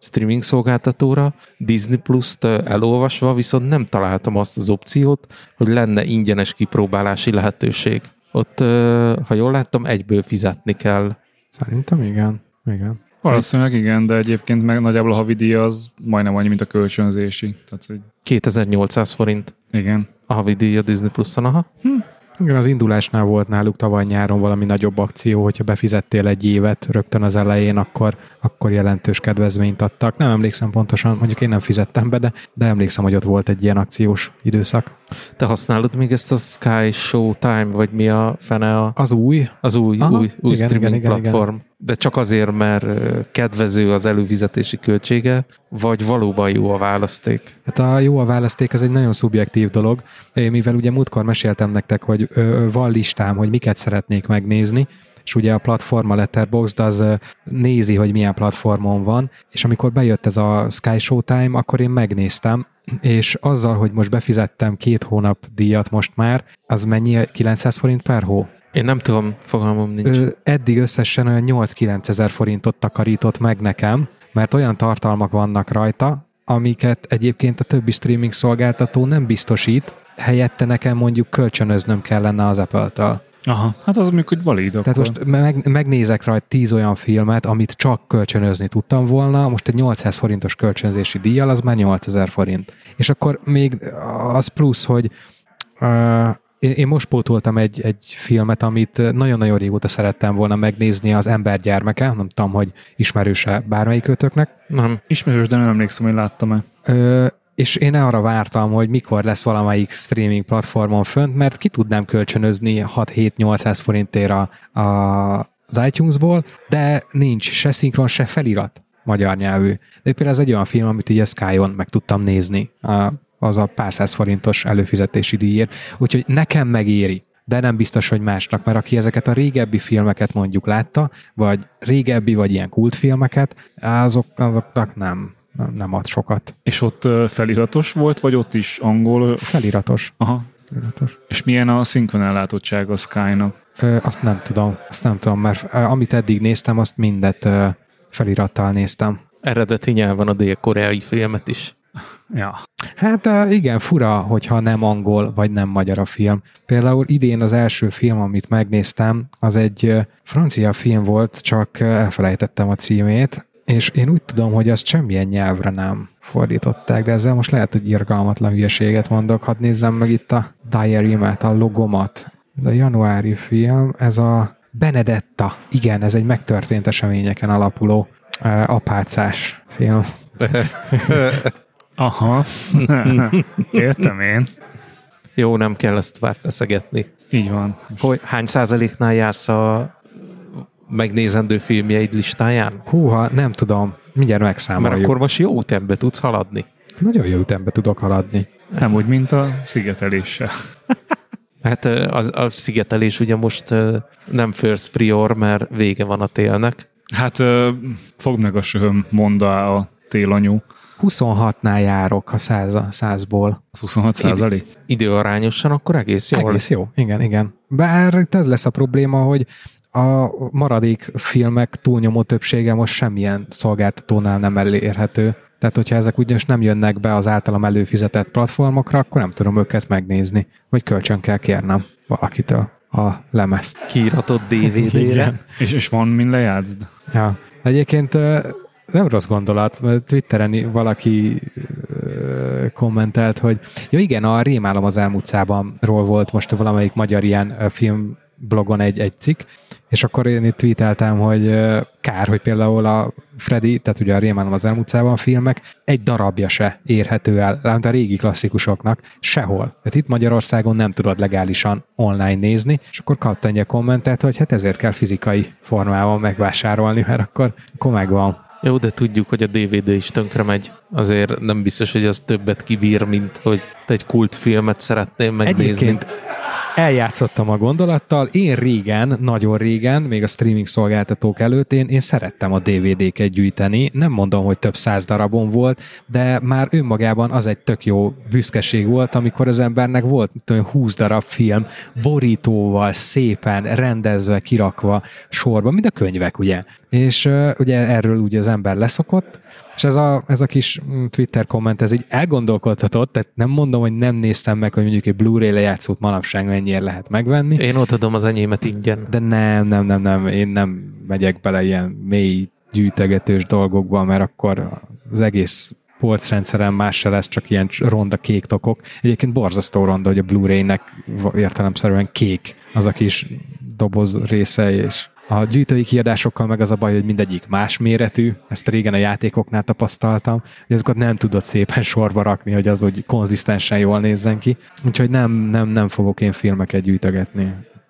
streaming szolgáltatóra, Disney Plus-t elolvasva, viszont nem találtam azt az opciót, hogy lenne ingyenes kipróbálási lehetőség. Ott, ha jól láttam, egyből fizetni kell. Szerintem igen. Valószínűleg igen, de egyébként meg nagyjából a havidíja az majdnem annyi, mint a kölcsönzési. Tehát, hogy... 2800 forint. Igen. A havidíja Disney Plus-on, aha. Igen, az indulásnál volt náluk tavaly nyáron valami nagyobb akció, hogyha befizettél egy évet rögtön az elején, akkor jelentős kedvezményt adtak. Nem emlékszem pontosan, mondjuk én nem fizettem be, de emlékszem, hogy ott volt egy ilyen akciós időszak. Te használod még ezt a Sky Showtime, vagy mi a fene Az új? Az új igen, streaming igen, platform. Igen. De csak azért, mert kedvező az előfizetési költsége, vagy valóban jó a választék? Hát a jó a választék, ez egy nagyon szubjektív dolog. Mivel ugye múltkor meséltem nektek, hogy van listám, hogy miket szeretnék megnézni, és ugye a platform, a Letterboxd az nézi, hogy milyen platformon van, és amikor bejött ez a Sky Showtime, akkor én megnéztem, és azzal, hogy most befizettem 2 hónap díjat most már, az mennyi? 900 forint per hó? Én nem tudom, fogalmam nincs. Eddig összesen olyan 8-9 ezer forintot takarított meg nekem, mert olyan tartalmak vannak rajta, amiket egyébként a többi streaming szolgáltató nem biztosít, helyette nekem mondjuk kölcsönöznöm kellene az Apple-től. Aha, hát az mondjuk, hogy valid akkor. Tehát most megnézek rajta 10 olyan filmet, amit csak kölcsönözni tudtam volna, most egy 800 forintos kölcsönzési díjjal, az már 8000 forint. És akkor még az plusz, hogy én most pótoltam egy filmet, amit nagyon-nagyon régóta szerettem volna megnézni, az Ember gyermeke, nem tudom, hogy ismerőse bármelyikőtöknek. Nem. Ismerős, de nem emlékszem, hogy láttam-e. És én arra vártam, hogy mikor lesz valamelyik streaming platformon fönt, mert ki tudnám kölcsönözni 6-7-800 forintért az iTunes-ból, de nincs se szinkron, se felirat magyar nyelvű. De például ez egy olyan film, amit így a Sky-on meg tudtam nézni, az a pár száz forintos előfizetési díjért. Úgyhogy nekem megéri, de nem biztos, hogy másnak, mert aki ezeket a régebbi filmeket mondjuk látta, vagy régebbi, vagy ilyen kultfilmeket, azoknak nem ad sokat. És ott feliratos volt, vagy ott is angol? Feliratos. Aha. Feliratos. És milyen a szinkronellátottság a Sky-nak? Azt nem tudom, mert amit eddig néztem, azt mindet felirattal néztem. Eredeti nyelven a dél-koreai filmet is. Ja. Hát igen, fura, hogyha nem angol, vagy nem magyar a film. Például idén az első film, amit megnéztem, az egy francia film volt, csak elfelejtettem a címét, és én úgy tudom, hogy azt semmilyen nyelvre nem fordították, de ezzel most lehet, hogy irgalmatlan hülyeséget mondok. Hadd nézzem meg itt a diary-met, a logomat. Ez a januári film, ez a Benedetta. Igen, ez egy megtörtént eseményeken alapuló apácás film. Aha. Értem én. Jó, nem kell ezt tovább feszegetni. Így van. Hány százaléknál jársz a megnézendő filmjeid listáján? Húha, nem tudom. Mindjárt megszámoljuk. Mert akkor most jó ütembe tudsz haladni. Nagyon jó ütembe tudok haladni. Nem úgy, mint a szigeteléssel. Hát a szigetelés ugye most nem first prior, mert vége van a télnek. Hát fogd meg a söhöm, mondta a télanyu. 26-nál járok a 100-ból. Az 26%? Időarányosan akkor egész jó. Egész jó, igen. Bár itt ez lesz a probléma, hogy a maradék filmek túlnyomó többsége most semmilyen szolgáltatónál nem elérhető. Tehát, hogyha ezek ugyanis nem jönnek be az általam előfizetett platformokra, akkor nem tudom őket megnézni. Vagy kölcsön kell kérnem valakitől a lemezt. Kiiratott DVD-re. És van, min lejátszd? Ja. Egyébként nem rossz gondolat, mert Twitteren valaki kommentelt, hogy ja igen, a Rémálom az elmúltszábanról volt most valamelyik magyar ilyen filmblogon egy cikk, és akkor én itt tweeteltem, hogy kár, hogy például a Freddy, tehát ugye a Rémálom az elmúltszában filmek egy darabja se érhető el, ránt a régi klasszikusoknak, sehol. Tehát itt Magyarországon nem tudod legálisan online nézni, és akkor kaptam egy kommentet, hogy hát ezért kell fizikai formában megvásárolni, mert akkor megvan. Jó, de tudjuk, hogy a DVD is tönkre megy. Azért nem biztos, hogy az többet kibír, mint hogy egy kultfilmet szeretném megnézni. Egyébként eljátszottam a gondolattal. Én régen, nagyon régen, még a streaming szolgáltatók előtt én szerettem a DVD-ket gyűjteni. Nem mondom, hogy több 100 darabon volt, de már önmagában az egy tök jó büszkeség volt, amikor az embernek volt 20 darab film, borítóval, szépen, rendezve, kirakva sorba, mint a könyvek, ugye. És ugye erről ugye az ember leszokott, És ez a kis Twitter komment, ez így elgondolkodhatott, tehát nem mondom, hogy nem néztem meg, hogy mondjuk egy Blu-ray lejátszót manapság mennyire lehet megvenni. Én odaadom az enyémet ingyen. De nem, én nem megyek bele ilyen mély gyűjtegetős dolgokba, mert akkor az egész polcrendszeren más se lesz, csak ilyen ronda kék tokok. Egyébként borzasztó ronda, hogy a Blu-ray-nek értelemszerűen kék az a kis doboz része, és a gyűjtői kiadásokkal meg az a baj, hogy mindegyik más méretű, ezt régen a játékoknál tapasztaltam, hogy azokat nem tudod szépen sorba rakni, hogy az úgy konzisztensen jól nézzen ki. Úgyhogy nem fogok én filmeket gyűjtögetni.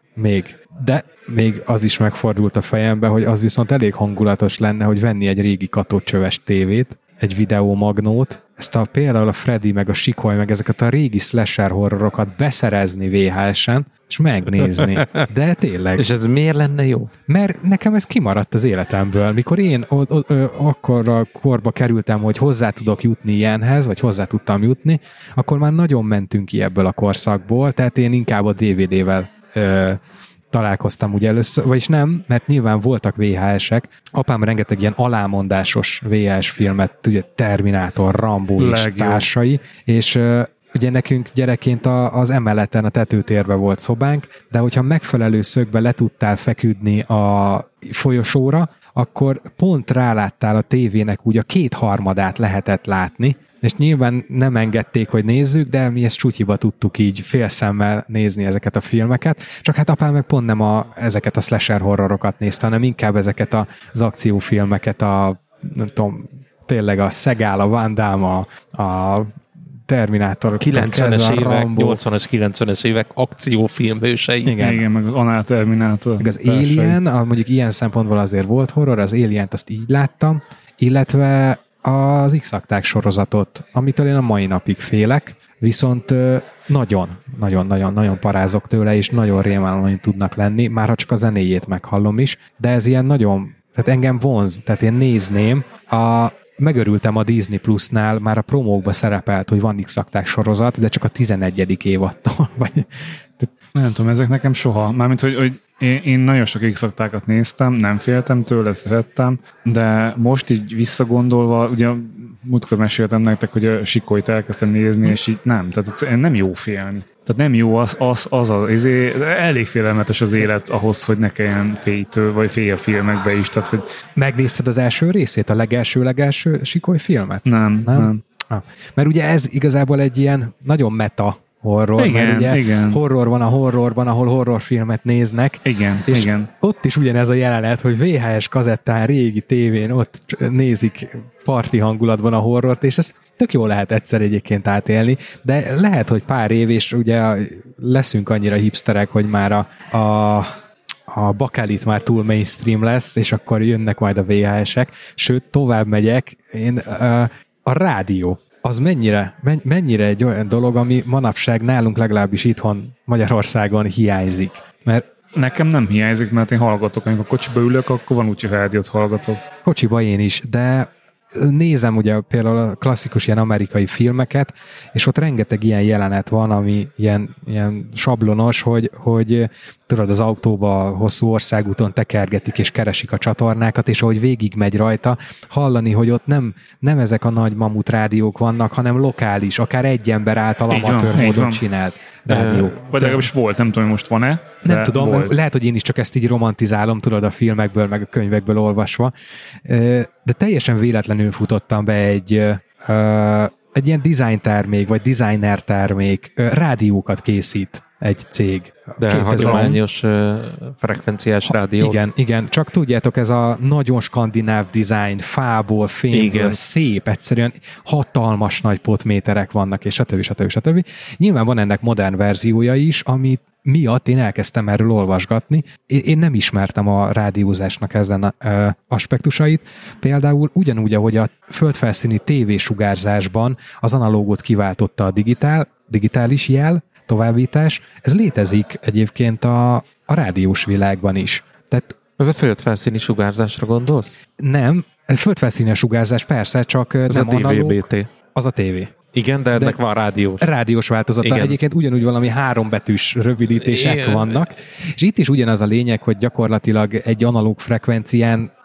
De még az is megfordult a fejembe, hogy az viszont elég hangulatos lenne, hogy venni egy régi katócsöves tévét, egy videómagnót, ezt például a Freddy, meg a Sikoly, meg ezeket a régi slasher horrorokat beszerezni VHS-en, és megnézni. De tényleg. És ez miért lenne jó? Mert nekem ez kimaradt az életemből. Mikor én akkor a korba kerültem, hogy hozzá tudok jutni ilyenhez, vagy hozzá tudtam jutni, akkor már nagyon mentünk ki ebből a korszakból, tehát én inkább a DVD-vel találkoztam ugye először, vagyis nem, mert nyilván voltak VHS-ek. Apám rengeteg ilyen alámondásos VHS filmet, ugye Terminátor, Rambo és társai, és ugye nekünk gyerekként az emeleten, a tetőtérben volt szobánk, de hogyha megfelelő szögbe le tudtál feküdni a folyosóra, akkor pont ráláttál a tévének úgy a 2/3 lehetett látni, és nyilván nem engedték, hogy nézzük, de mi ezt csutyiba tudtuk így félszemmel nézni ezeket a filmeket, csak hát apám meg pont nem ezeket a slasher horrorokat nézte, hanem inkább ezeket az akciófilmeket, nem tudom, tényleg a Seagal, a Van Damme, a Terminátor, 90-es évek, 80-as, 90-es évek akciófilm hősei. Igen, meg az Terminátor. Meg az Alien, mondjuk ilyen szempontból azért volt horror, az Alien-t azt így láttam, illetve az X-akták sorozatot, amitől én a mai napig félek, viszont nagyon parázok tőle, és nagyon rémálom tudnak lenni, már ha csak a zenéjét meghallom is, de ez ilyen nagyon, tehát engem vonz, tehát én nézném, megörültem a Disney Plus-nál, már a promókba szerepelt, hogy van X-akták sorozat, de csak a 11. évattól, vagy... Nem tudom, ezek nekem soha. Mármint, hogy én nagyon sok X-aktákat néztem, nem féltem tőle, szerettem, de most így visszagondolva, ugye múltkor meséltem nektek, hogy a Sikolyt elkezdtem nézni, és így nem, tehát nem jó félni. Tehát nem jó elég félelmetes az élet ahhoz, hogy ne kelljen félytől, vagy félj a filmekbe is. Tehát, hogy... Megnézted az első részét, a legelső Sikoly filmet? Nem. Mert ugye ez igazából egy ilyen nagyon meta horror, igen, mert ugye igen. horror van a horrorban, ahol horrorfilmet néznek. Igen. Ott is ugyanez a jelenet, hogy VHS kazettán, régi tévén ott nézik parti hangulatban a horrort, és ezt tök jól lehet egyszer egyébként átélni, de lehet, hogy pár év, és ugye leszünk annyira hipsterek, hogy már a bakelit már túl mainstream lesz, és akkor jönnek majd a VHS-ek, sőt, tovább megyek, a rádió. Az mennyire egy olyan dolog, ami manapság nálunk legalábbis itthon Magyarországon hiányzik. Mert nekem nem hiányzik, mert én hallgatok, amikor kocsiba ülök, akkor van úgy, hogy rádiót hallgatok. Kocsiba én is, de nézem ugye például a klasszikus ilyen amerikai filmeket, és ott rengeteg ilyen jelenet van, ami ilyen sablonos, hogy tudod, az autóba hosszú országúton tekergetik és keresik a csatornákat, és ahogy végigmegy rajta, hallani, hogy ott nem ezek a nagy mamut rádiók vannak, hanem lokális, akár egy ember által amatőr módon csinált rádió. Vagy legalábbis volt, nem tudom, hogy most van-e. Nem tudom, volt. Lehet, hogy én is csak ezt így romantizálom, tudod, a filmekből, meg a könyvekből olvasva, de teljesen véletlenül futottam be egy ilyen design termék, vagy designer termék, rádiókat készít egy cég. De hagyományos frekvenciás rádió. Igen, csak tudjátok, ez a nagyon skandináv design, fából, fémből, szép, egyszerűen hatalmas nagy potméterek vannak, és stb. Nyilván van ennek modern verziója is, amit miatt én elkezdtem erről olvasgatni. Én nem ismertem a rádiózásnak ezen aspektusait. Például ugyanúgy, ahogy a földfelszíni tévésugárzásban az analógot kiváltotta a digitális jel, továbbítás, ez létezik egyébként a rádiós világban is. Tehát az a földfelszíni sugárzásra gondolsz? Nem, a földfelszíni sugárzás persze, csak ez nem a DVB-T. Az a tévé. Igen, de ennek van rádiós. Rádiós változata. Igen. Egyébként ugyanúgy valami 3 betűs rövidítések vannak. És itt is ugyanaz a lényeg, hogy gyakorlatilag egy analóg frekvencián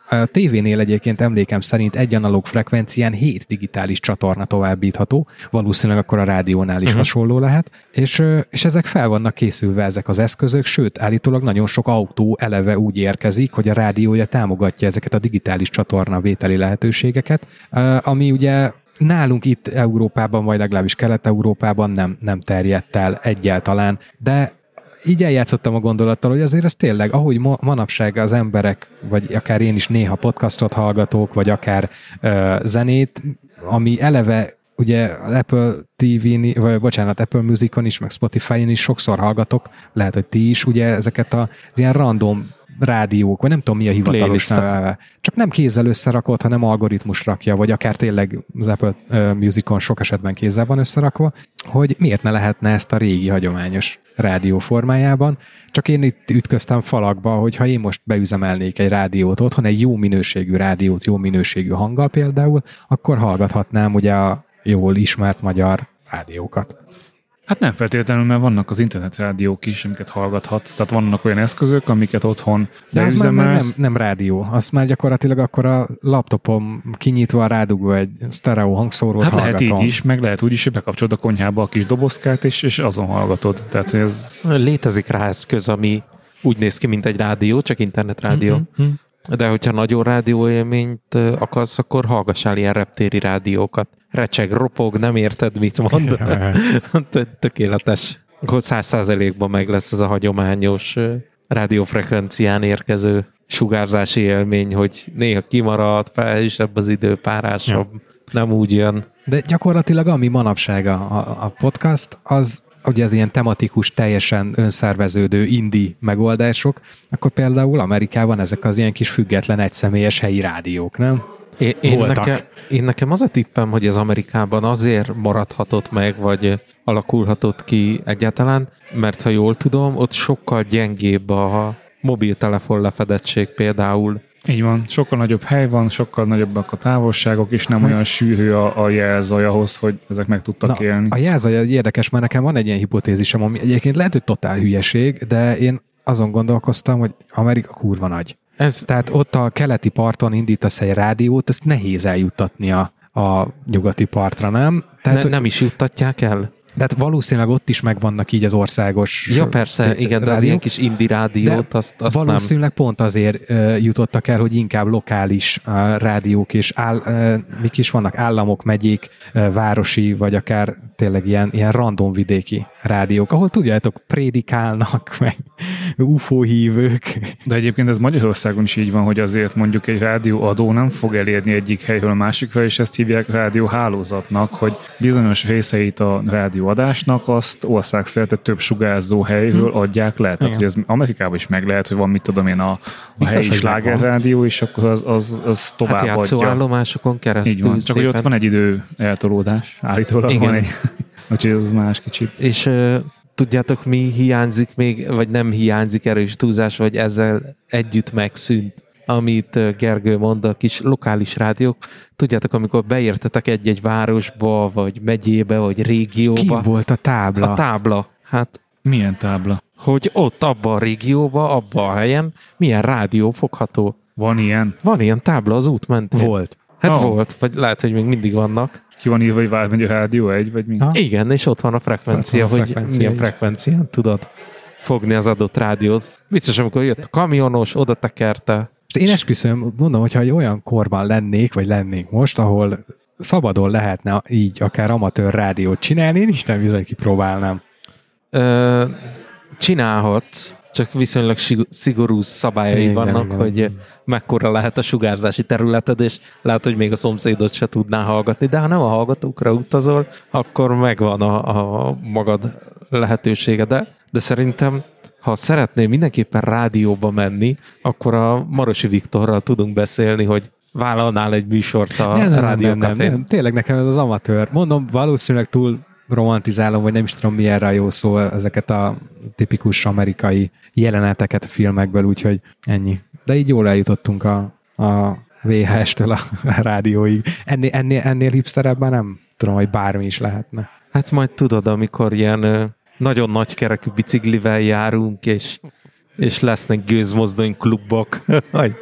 A tévénél egyébként emlékem szerint egy analóg frekvencián 7 digitális csatorna továbbítható, valószínűleg akkor a rádiónál is hasonló lehet, és ezek fel vannak készülve ezek az eszközök, sőt, állítólag nagyon sok autó eleve úgy érkezik, hogy a rádiója támogatja ezeket a digitális csatorna vételi lehetőségeket, ami ugye nálunk itt Európában, vagy legalábbis Kelet-Európában nem terjedt el egyáltalán, de így eljátszottam a gondolattal, hogy azért ez tényleg, ahogy manapság az emberek, vagy akár én is néha podcastot hallgatok, vagy akár zenét, ami eleve ugye az Apple TV-n, vagy bocsánat, Apple Musicon is, meg Spotify-on is sokszor hallgatok, lehet, hogy ti is, ugye ezeket az ilyen random rádiók, vagy nem tudom mi a hivatalos neve. Csak nem kézzel összerakott, hanem algoritmus rakja, vagy akár tényleg az Apple Musicon sok esetben kézzel van összerakva, hogy miért ne lehetne ezt a régi hagyományos rádió formájában. Csak én itt ütköztem falakba, hogy ha én most beüzemelnék egy rádiót otthon, egy jó minőségű rádiót, jó minőségű hanggal például, akkor hallgathatnám ugye a jól ismert magyar rádiókat. Hát nem feltétlenül, mert vannak az internetrádiók is, amiket hallgathatsz, tehát vannak olyan eszközök, amiket otthon beüzemelsz. Nem rádió, azt már gyakorlatilag akkor a laptopom kinyitva rádugva egy sztereó hangszórót hát hallgatom. Lehet így is, meg lehet úgy is, hogy bekapcsolod a konyhába a kis dobozkát, és azon hallgatod. Tehát, hogy ez... Létezik rá eszköz, ami úgy néz ki, mint egy rádió, csak internetrádió. Mm-hmm. De hogyha nagyon rádióélményt akarsz, akkor hallgassál ilyen reptéri rádiókat. Recseg, ropog, nem érted, mit mond. Tökéletes. Akkor 100%-ban meg lesz ez a hagyományos rádiófrekvencián érkező sugárzási élmény, hogy néha kimarad, felhűsebb az idő, párásabb, nem úgy jön. De gyakorlatilag ami manapság a podcast, az ugye ez ilyen tematikus, teljesen önszerveződő indie megoldások, akkor Amerikában ezek az ilyen kis független egyszemélyes helyi rádiók, nem? Én nekem az a tippem, hogy ez Amerikában azért maradhatott meg, vagy alakulhatott ki egyáltalán, mert ha jól tudom, ott sokkal gyengébb a mobiltelefon lefedettség például. Így van, sokkal nagyobb hely van, sokkal nagyobbak a távolságok, és nem olyan sűrű a jelzaj ahhoz, hogy ezek meg tudtak élni. A jelzaj érdekes, mert nekem van egy ilyen hipotézisem, ami egyébként lehet, hogy totál hülyeség, de én azon gondolkoztam, hogy Amerika kurva nagy. Tehát ott a keleti parton indítasz egy rádiót, ezt nehéz eljuttatni a nyugati partra, nem? Tehát, nem is juttatják el? Tehát valószínűleg ott is megvannak így az országos... Ja, persze, igen, de az ilyen kis indie rádiót, azt valószínűleg nem. Pont azért jutottak el, hogy inkább lokális rádiók és mik is vannak, államok, megyék, városi, vagy akár tényleg ilyen random vidéki rádiók, ahol tudjátok, prédikálnak, meg UFO hívők. De egyébként ez Magyarországon is így van, hogy azért mondjuk egy rádióadó nem fog elérni egyik helyről a másikra, és ezt hívják rádióhálózatnak, hogy bizonyos részeit a rádióadásnak azt országszerte több sugárzó helyről adják le. Tehát, hogy ez Amerikában is meg lehet, hogy van, mit tudom én, a helyi slágerrádió, és akkor az tovább adja. Hát játszóállomásokon keresztül. Így van, csak hogy ott van egy idő eltolódás, állítólag van egy. Úgyhogy ez más kicsit. És tudjátok, mi hiányzik még, vagy nem hiányzik, erős túlzás, vagy ezzel együtt megszűnt, amit Gergő mond, a kis lokális rádiók. Tudjátok, amikor beértetek egy-egy városba, vagy megyébe, vagy régióba. Ki volt a tábla? A tábla. Hát milyen tábla? Hogy ott abban a régióban, abban a helyen milyen rádió fogható. Van ilyen? Van ilyen tábla az út mentén. Volt. Hát volt, vagy lehet, hogy még mindig vannak. Ki van írva, hogy Vármegye Rádió 1, vagy mi? Igen, és ott van a frekvencia, hogy milyen frekvencián tudod fogni az adott rádiót. Vicces, amikor jött a kamionos, oda tekerte. Én esküszöm, mondom, hogyha egy olyan korban lennénk most, ahol szabadon lehetne így akár amatőr rádiót csinálni, én is nem bizony kipróbálnám. Csinálhatsz, csak viszonylag szigorú szabályai vannak, hogy mekkora lehet a sugárzási területed, és lehet, hogy még a szomszédot se tudná hallgatni, de ha nem a hallgatókra utazol, akkor megvan a magad lehetősége, de szerintem ha szeretnél mindenképpen rádióba menni, akkor a Marosi Viktorral tudunk beszélni, hogy vállalnál egy műsort a rádiókafén. Nem, tényleg nekem ez az amatőr. Mondom, valószínűleg túl romantizálom, vagy nem is tudom, mi erre jó szó, ezeket a tipikus amerikai jeleneteket a filmekből, úgyhogy ennyi. De így jól eljutottunk a VHS-től a rádióig. Ennél hipsterebben nem tudom, hogy bármi is lehetne. Hát majd tudod, amikor ilyen nagyon nagy kerekű biciklivel járunk, és lesznek gőzmozdony klubok,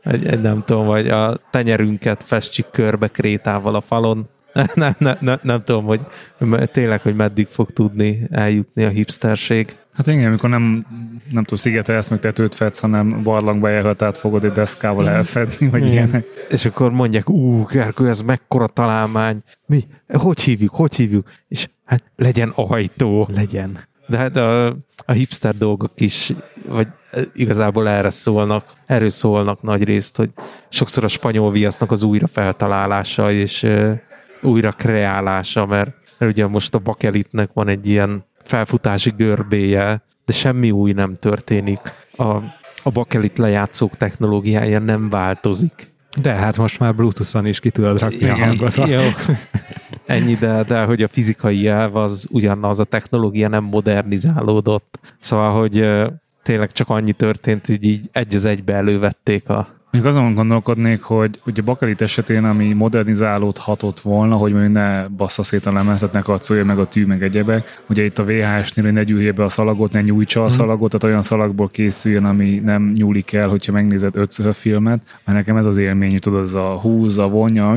nem tudom, vagy a tenyerünket festsük körbe krétával a falon. Nem tudom, hogy tényleg, hogy meddig fog tudni eljutni a hipsterség. Hát igen, amikor nem tudom, szigetelsz, meg tetőt fedsz, hanem barlangba élhet, át fogod egy deszkával elfedni, vagy ilyenek. És akkor mondják, Gergő, ez mekkora találmány. Mi? Hogy hívjuk? És hát legyen ajtó. Legyen. De hát a hipster dolgok is, vagy igazából erről szólnak nagy részt, hogy sokszor a spanyol viasznak az újra feltalálása és újra kreálása, mert ugye most a bakelitnek van egy ilyen felfutási görbéje, de semmi új nem történik. A bakelit lejátszók technológiája nem változik. De hát most már Bluetooth-on is ki tudod rakni a hangot. Jó. Ennyi, de hogy a fizikai jelv az ugyanaz, a technológia nem modernizálódott. Szóval, hogy tényleg csak annyi történt, hogy így egy az egybe elővették Még azon gondolkodnék, hogy ugye bakelit esetén, ami modernizálódhatott volna, hogy mondjuk ne bassza szét a lemezet, ne katszolja meg a tű, meg egyebek. Ugye itt a VHS-nél, hogy ne gyűjje be a szalagot, ne nyújtsa a szalagot, tehát olyan szalagból készüljön, ami nem nyúlik el, hogyha megnézed 5 filmet. Mert nekem ez az élmény, hogy tudod, az a húzza, vonja,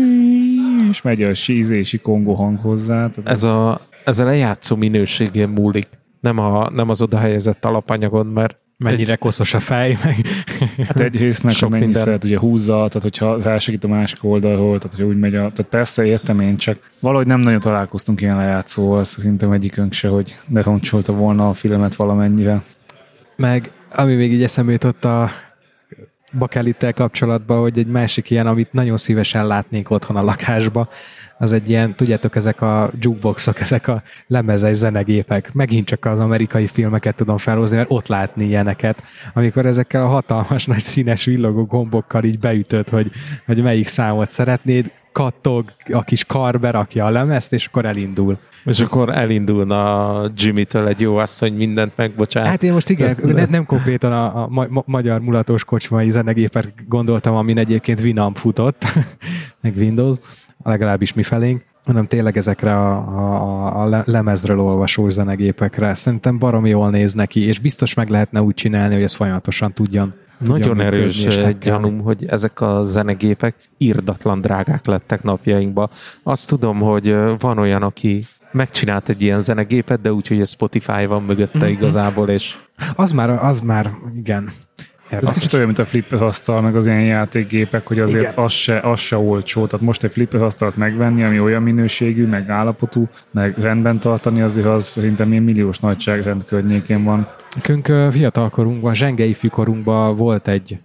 és megy a sízési kongó hang hozzá. Ez a lejátszó minőségén múlik. Nem az oda helyezett alapanyagon, mert mennyire koszos a fej, meg... Hát egyrészt meg, hogy mennyi szeret ugye húzza, tehát hogyha felsegít a másik oldalról, tehát hogy úgy megy tehát persze értem én, csak valahogy nem nagyon találkoztunk ilyen lejátszóval, szerintem egyikünk se, hogy ne roncsolta volna a filmet valamennyivel. Meg ami még így eszembe jutott a bakelittel kapcsolatban, hogy egy másik ilyen, amit nagyon szívesen látnék otthon a lakásba, az egy ilyen, tudjátok, ezek a jukeboxok, ezek a lemezes zenegépek. Megint csak az amerikai filmeket tudom felhozni, mert ott látni ilyeneket, amikor ezekkel a hatalmas nagy színes villogó gombokkal így beütöd, hogy melyik számot szeretnéd, kattog, a kis kar berakja a lemezt, és akkor elindul. És akkor elindulna Jimmy-től egy jó asszony, mindent megbocsánat. Hát én most igen, nem konkrétan a magyar mulatos kocsmai zenegépet gondoltam, amin egyébként Winamp futott, meg Windows, legalábbis mi felénk, hanem tényleg ezekre a lemezről olvasó zenegépekre. Szerintem baromi jól néz neki, és biztos meg lehetne úgy csinálni, hogy ez folyamatosan tudjon. Nagyon erős gyanúm, hogy ezek a zenegépek irdatlan drágák lettek napjainkban. Azt tudom, hogy van olyan, aki megcsinált egy ilyen zenegépet, de úgy, hogy a Spotify van mögötte igazából, és... Az már, igen. Ez kicsit olyan, mint a flipper asztal, meg az ilyen játékgépek, hogy azért az se olcsó. Tehát most egy flipper asztalt megvenni, ami olyan minőségű, meg állapotú, meg rendben tartani, azért az szerintem ilyen milliós nagyságrend környékén van. Nekünk fiatalkorunkban, zsenge ifjúkorunkban volt egy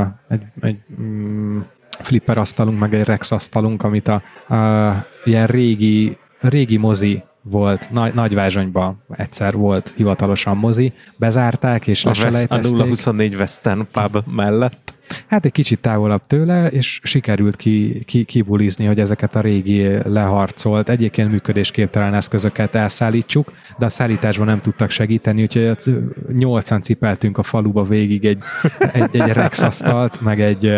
flipper asztalunk, meg egy Rex asztalunk, amit ilyen régi mozi volt, Nagyvázsonyban egyszer volt hivatalosan mozi, bezárták és leselejtezték. A 024 Western Pub mellett. Hát egy kicsit távolabb tőle, és sikerült kibulizni, hogy ezeket a régi leharcolt, egyébként működésképtelen eszközöket elszállítsuk, de a szállításban nem tudtak segíteni, úgyhogy 8-an cipeltünk a faluba végig egy Rex asztalt, meg egy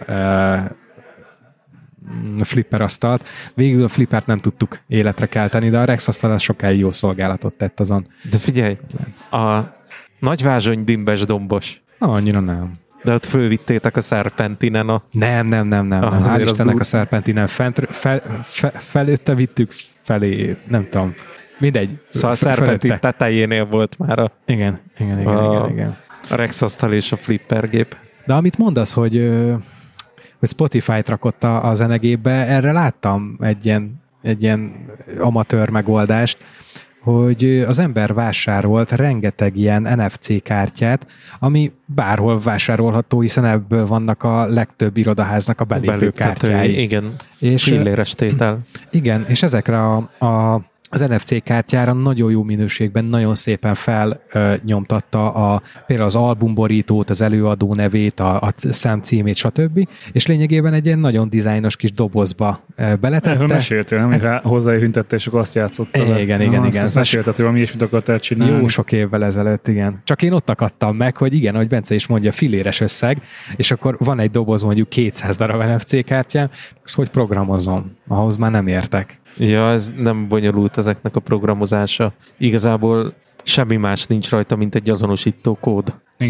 flipper asztalt. Végül a flippert nem tudtuk életre kelteni, de a Rex asztal az sokáig jó szolgálatot tett azon. De figyelj, a Nagyvázsony dimbes dombos. Annyira nem. De ott fölvittétek a szerpentinen a... Nem. Hál' Istennek a szerpentinen felőtte vittük felé, nem tudom. Mindegy. Szóval a szerpentin tetejénél volt már Igen. A Rex asztal és a flippergép. De amit mondasz, hogy Spotify-t rakott a zenegépbe, erre láttam egy ilyen amatőr megoldást, hogy az ember vásárolt rengeteg ilyen NFC kártyát, ami bárhol vásárolható, hiszen ebből vannak a legtöbb irodaháznak a belépőkártyái. Igen, és filléres tétel. Igen, és ezekre az NFC kártyára nagyon jó minőségben, nagyon szépen felnyomtatta például az albumborítót, az előadó nevét, a számcímét, stb. És lényegében egy ilyen nagyon dizájnos kis dobozba beletette. Erről meséltél, nem? Hozzájöntette, és akkor azt játszotta. Igen. Azt mesélted, hogy ilyesmit akartál csinálni. Jó sok évvel ezelőtt, igen. Csak én ott akadtam meg, hogy igen, ahogy Bence is mondja, filléres összeg, és akkor van egy doboz mondjuk 200 darab NFC kártyám, azt hogy programozom? Ahhoz már nem értek. Ja, ez nem bonyolult ezeknek a programozása. Igazából semmi más nincs rajta, mint egy azonosító kód. Igen.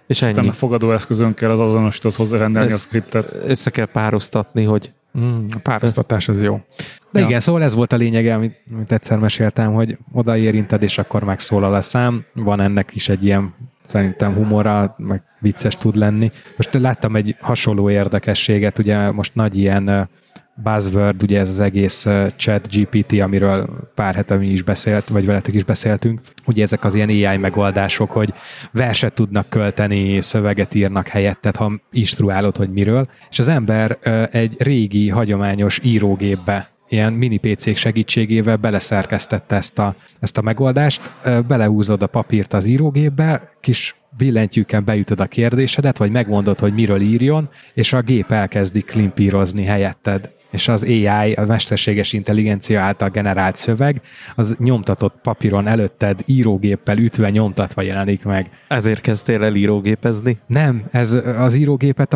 És ennyi. A fogadóeszközönkkel az azonosított hozzárendelni a scriptet. Össze kell párosztatni, hogy... A párosztatás az jó. De igen, szóval ez volt a lényege, amit egyszer meséltem, hogy odaérinted, és akkor megszólal a szám. Van ennek is egy ilyen, szerintem humora, meg vicces tud lenni. Most láttam egy hasonló érdekességet, ugye most nagy ilyen buzzword, ugye ez az egész ChatGPT, amiről pár hete mi is beszélt, vagy veletek is beszéltünk. Ugye ezek az ilyen AI megoldások, hogy verset tudnak költeni, szöveget írnak helyetted, ha instruálod, hogy miről. És az ember egy régi, hagyományos írógépbe, ilyen mini PC-k segítségével beleszerkesztette ezt a megoldást, belehúzod a papírt az írógépbe, kis billentyűkkel beütöd a kérdésedet, vagy megmondod, hogy miről írjon, és a gép elkezdi klimpírozni helyetted. És az AI, a mesterséges intelligencia által generált szöveg, az nyomtatott papíron előtted írógéppel ütve nyomtatva jelenik meg. Ezért kezdtél el írógépezni? Nem, ez az írógépet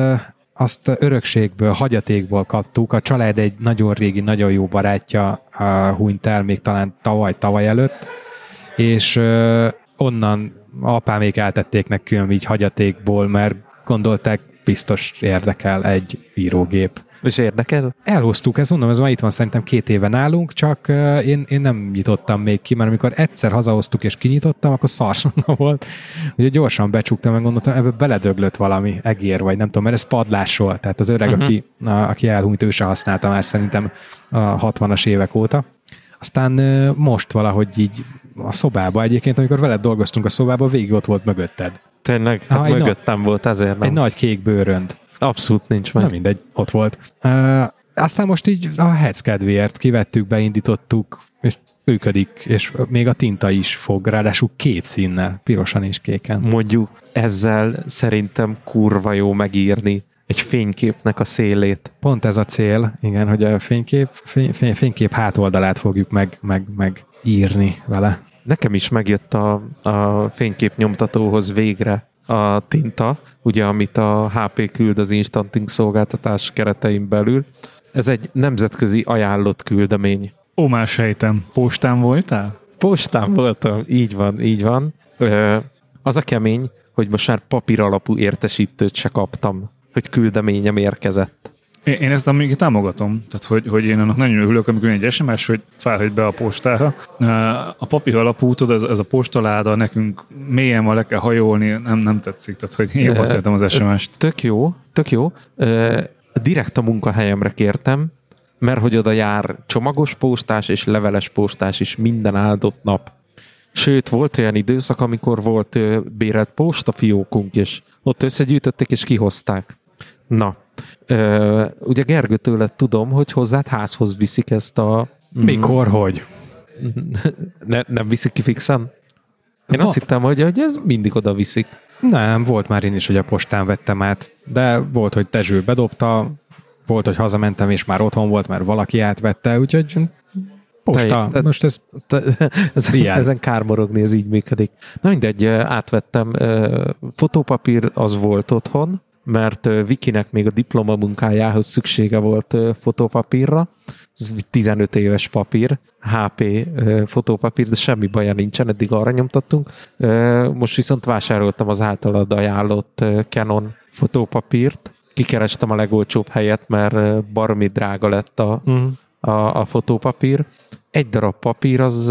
azt örökségből, hagyatékból kaptuk. A család egy nagyon régi, nagyon jó barátja hunyt el még talán tavaly előtt, és onnan apámék eltették nekünk így hagyatékból, mert gondolták, biztos érdekel egy írógép. És érdekel? Elhoztuk, ez már itt van szerintem 2 éve nálunk, csak én nem nyitottam még ki, mert amikor egyszer hazahoztuk és kinyitottam, akkor szarsonna volt. Ugye gyorsan becsuktam, meg gondoltam, ebből beledöglött valami egér, vagy nem tudom, mert ez padlásról, tehát az öreg, aki elhunyt, ő se használta már szerintem a 60-as évek óta. Aztán most valahogy így a szobába egyébként, amikor veled dolgoztunk a szobába, végig ott volt mögötted. Tényleg? Hát mögöttem volt, ezért nem. Egy nagy kék bőrönd. Abszolút nincs meg. Na mindegy, ott volt. Aztán most így a hetz kedvéért kivettük, beindítottuk, és működik, és még a tinta is fog, ráadásul 2 színnel, pirosan és kéken. Mondjuk ezzel szerintem kurva jó megírni egy fényképnek a szélét. Pont ez a cél, igen, hogy a fénykép hátoldalát fogjuk meg írni vele. Nekem is megjött a fényképnyomtatóhoz végre a tinta, ugye, amit a HP küld az Instant Ink szolgáltatás keretein belül. Ez egy nemzetközi ajánlott küldemény. Ó, már sejtem. Postán voltál? Postán voltam, így van. Az a kemény, hogy most már papír alapú értesítőt se kaptam, hogy küldeményem érkezett. Én ezt amíg támogatom, tehát hogy én annak nagyon örülök, amikor egy SMS, hogy felhagy be a postára. A papír alapú, tudod, ez a postaláda nekünk mélyen van, le kell hajolni, nem tetszik, tehát hogy én jobban szeretem az SMS-t. Tök jó. Direkt a munkahelyemre kértem, mert hogy oda jár csomagos postás és leveles postás is minden áldott nap. Sőt, volt olyan időszak, amikor volt bérelt postafiókunk, és ott összegyűjtötték és kihozták. Na, ugye Gergőtől tudom, hogy hozzád házhoz viszik ezt a... Mikor, hogy? Nem viszik ki fixen? Én azt hittem, hogy ez mindig oda viszik. Nem, volt már én is, hogy a postán vettem át, de volt, hogy Tezső bedobta, volt, hogy hazamentem, és már otthon volt, mert valaki átvette, úgyhogy posta, most ez ezen kármorogni, ez így működik. Na mindegy, átvettem, fotópapír az volt otthon, mert Vikinek még a diplomamunkájához szüksége volt fotópapírra, 15 éves papír, HP fotópapír, de semmi baja nincsen, eddig arra nyomtattunk. Most viszont vásároltam az általad ajánlott Canon fotópapírt, kikerestem a legolcsóbb helyet, mert baromi drága lett a fotópapír. Egy darab papír az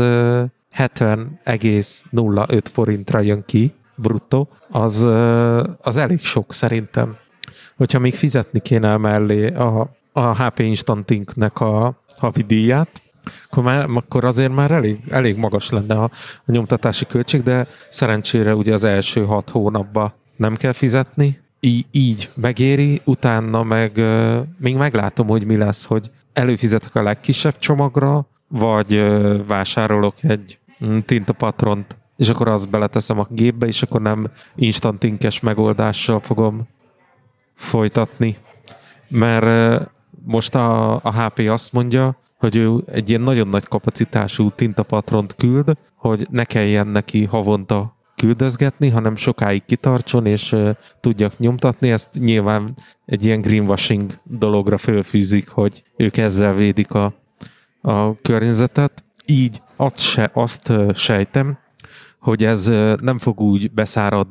70,05 forintra jön ki, bruttó, az elég sok szerintem. Hogyha még fizetni kéne mellé a HP Instant Ink-nek a havi díját, akkor azért már elég magas lenne a nyomtatási költség, de szerencsére ugye az első 6 hónapban nem kell fizetni, így megéri, utána meg még meglátom, hogy mi lesz, hogy előfizetek a legkisebb csomagra, vagy vásárolok egy tintapatront, és akkor azt beleteszem a gépbe, és akkor nem Instant Ink-es megoldással fogom folytatni. Mert most a HP azt mondja, hogy ő egy ilyen nagyon nagy kapacitású tintapatront küld, hogy ne kelljen neki havonta küldözgetni, hanem sokáig kitartson, és tudjak nyomtatni. Ezt nyilván egy ilyen greenwashing dologra fölfűzik, hogy ők ezzel védik a környezetet. Így azt sejtem, hogy ez nem fog úgy beszáradni,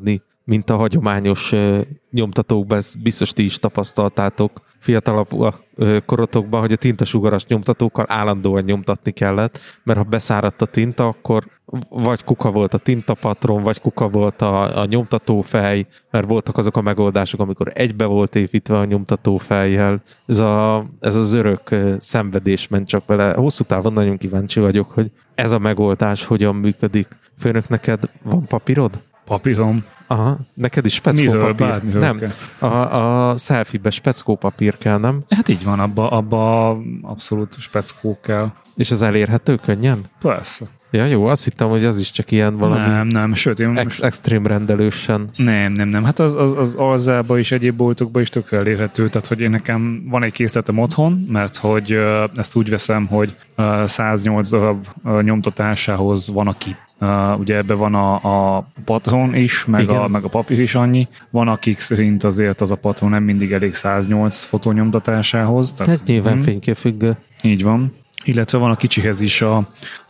mint a hagyományos nyomtatókban, ezt biztos ti is tapasztaltátok fiatalabb korotokban, hogy a tintasugaras nyomtatókkal állandóan nyomtatni kellett, mert ha beszáradt a tinta, akkor vagy kuka volt a tintapatron, vagy kuka volt a nyomtatófej, mert voltak azok a megoldások, amikor egybe volt építve a nyomtatófejjel. Ez az örök szenvedés ment csak vele. Hosszú távon nagyon kíváncsi vagyok, hogy ez a megoldás hogyan működik. Főnök, neked van papírod? Papírom. Aha, neked is speckópapír. Nem, a selfie-be speckópapír kell, nem? Hát így van, abba abszolút speckó kell. És az elérhető könnyen? Persze. Ja, jó, azt hittem, hogy az is csak ilyen valami nem, sőt, én extrém rendelősen. Nem. Hát az Alzába is, egyéb boltokba is tökre elérhető, tehát hogy én nekem van egy készletem otthon, mert hogy ezt úgy veszem, hogy 108 darab nyomtatásához van a kit. Ugye ebben van a patron is, meg a papír is annyi. Van, akik szerint azért az a patron nem mindig elég 108 fotó nyomtatásához. Tehát, hát nyilván fényképfüggő. Így van. Illetve van a kicsihez is a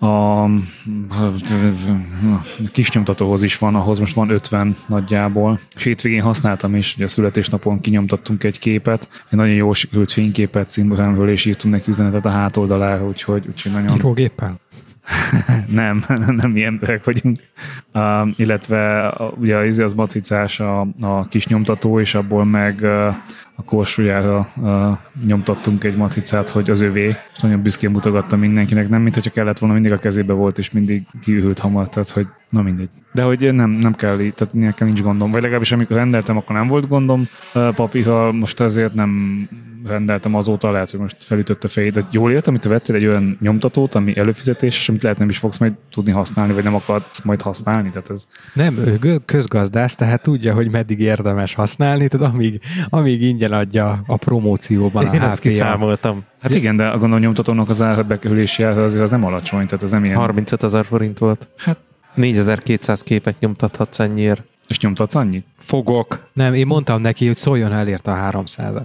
kis nyomtatóhoz is van, ahhoz most van 50 nagyjából. És hétvégén használtam is, ugye a születésnapon kinyomtattunk egy képet, egy nagyon jól sikerült fényképet Szimboránról, és írtunk neki üzenetet a hátoldalára, úgyhogy nagyon... Írógéppel? nem ilyen emberek vagyunk. Illetve ugye az matricás a kis nyomtató, és abból meg a korsójára nyomtattunk egy matricát, hogy az övé, és nagyon büszkén mutogatta mindenkinek, nem mint hogyha kellett volna, mindig a kezébe volt, és mindig kiürült hamar, tehát hogy na mindegy. De hogy nem kell, tehát nekem nincs gondom, vagy legalábbis amikor rendeltem, akkor nem volt gondom papírral, most azért nem rendeltem azóta, lehet, hogy most felütött a fejét. De jól értem, hogy te vettél egy olyan nyomtatót, ami előfizetéses, amit lehet nem is fogsz majd tudni használni, vagy nem akarsz majd használni. Tehát ez... Nem, ő közgazdász, tehát tudja, hogy meddig érdemes használni, tehát amíg ingyen adja a promócióban a Én ezt kiszámoltam. Hát igen, de a gondolom nyomtatónak az árbekerülési ára azért az nem alacsony, tehát az nem ilyen... 35 000 forint volt. Hát 4200 képet nyomtathatsz ennyiért. És nyomtatsz annyit? Fogok. Nem, én mondtam neki, hogy szóljon elérte a 300-at.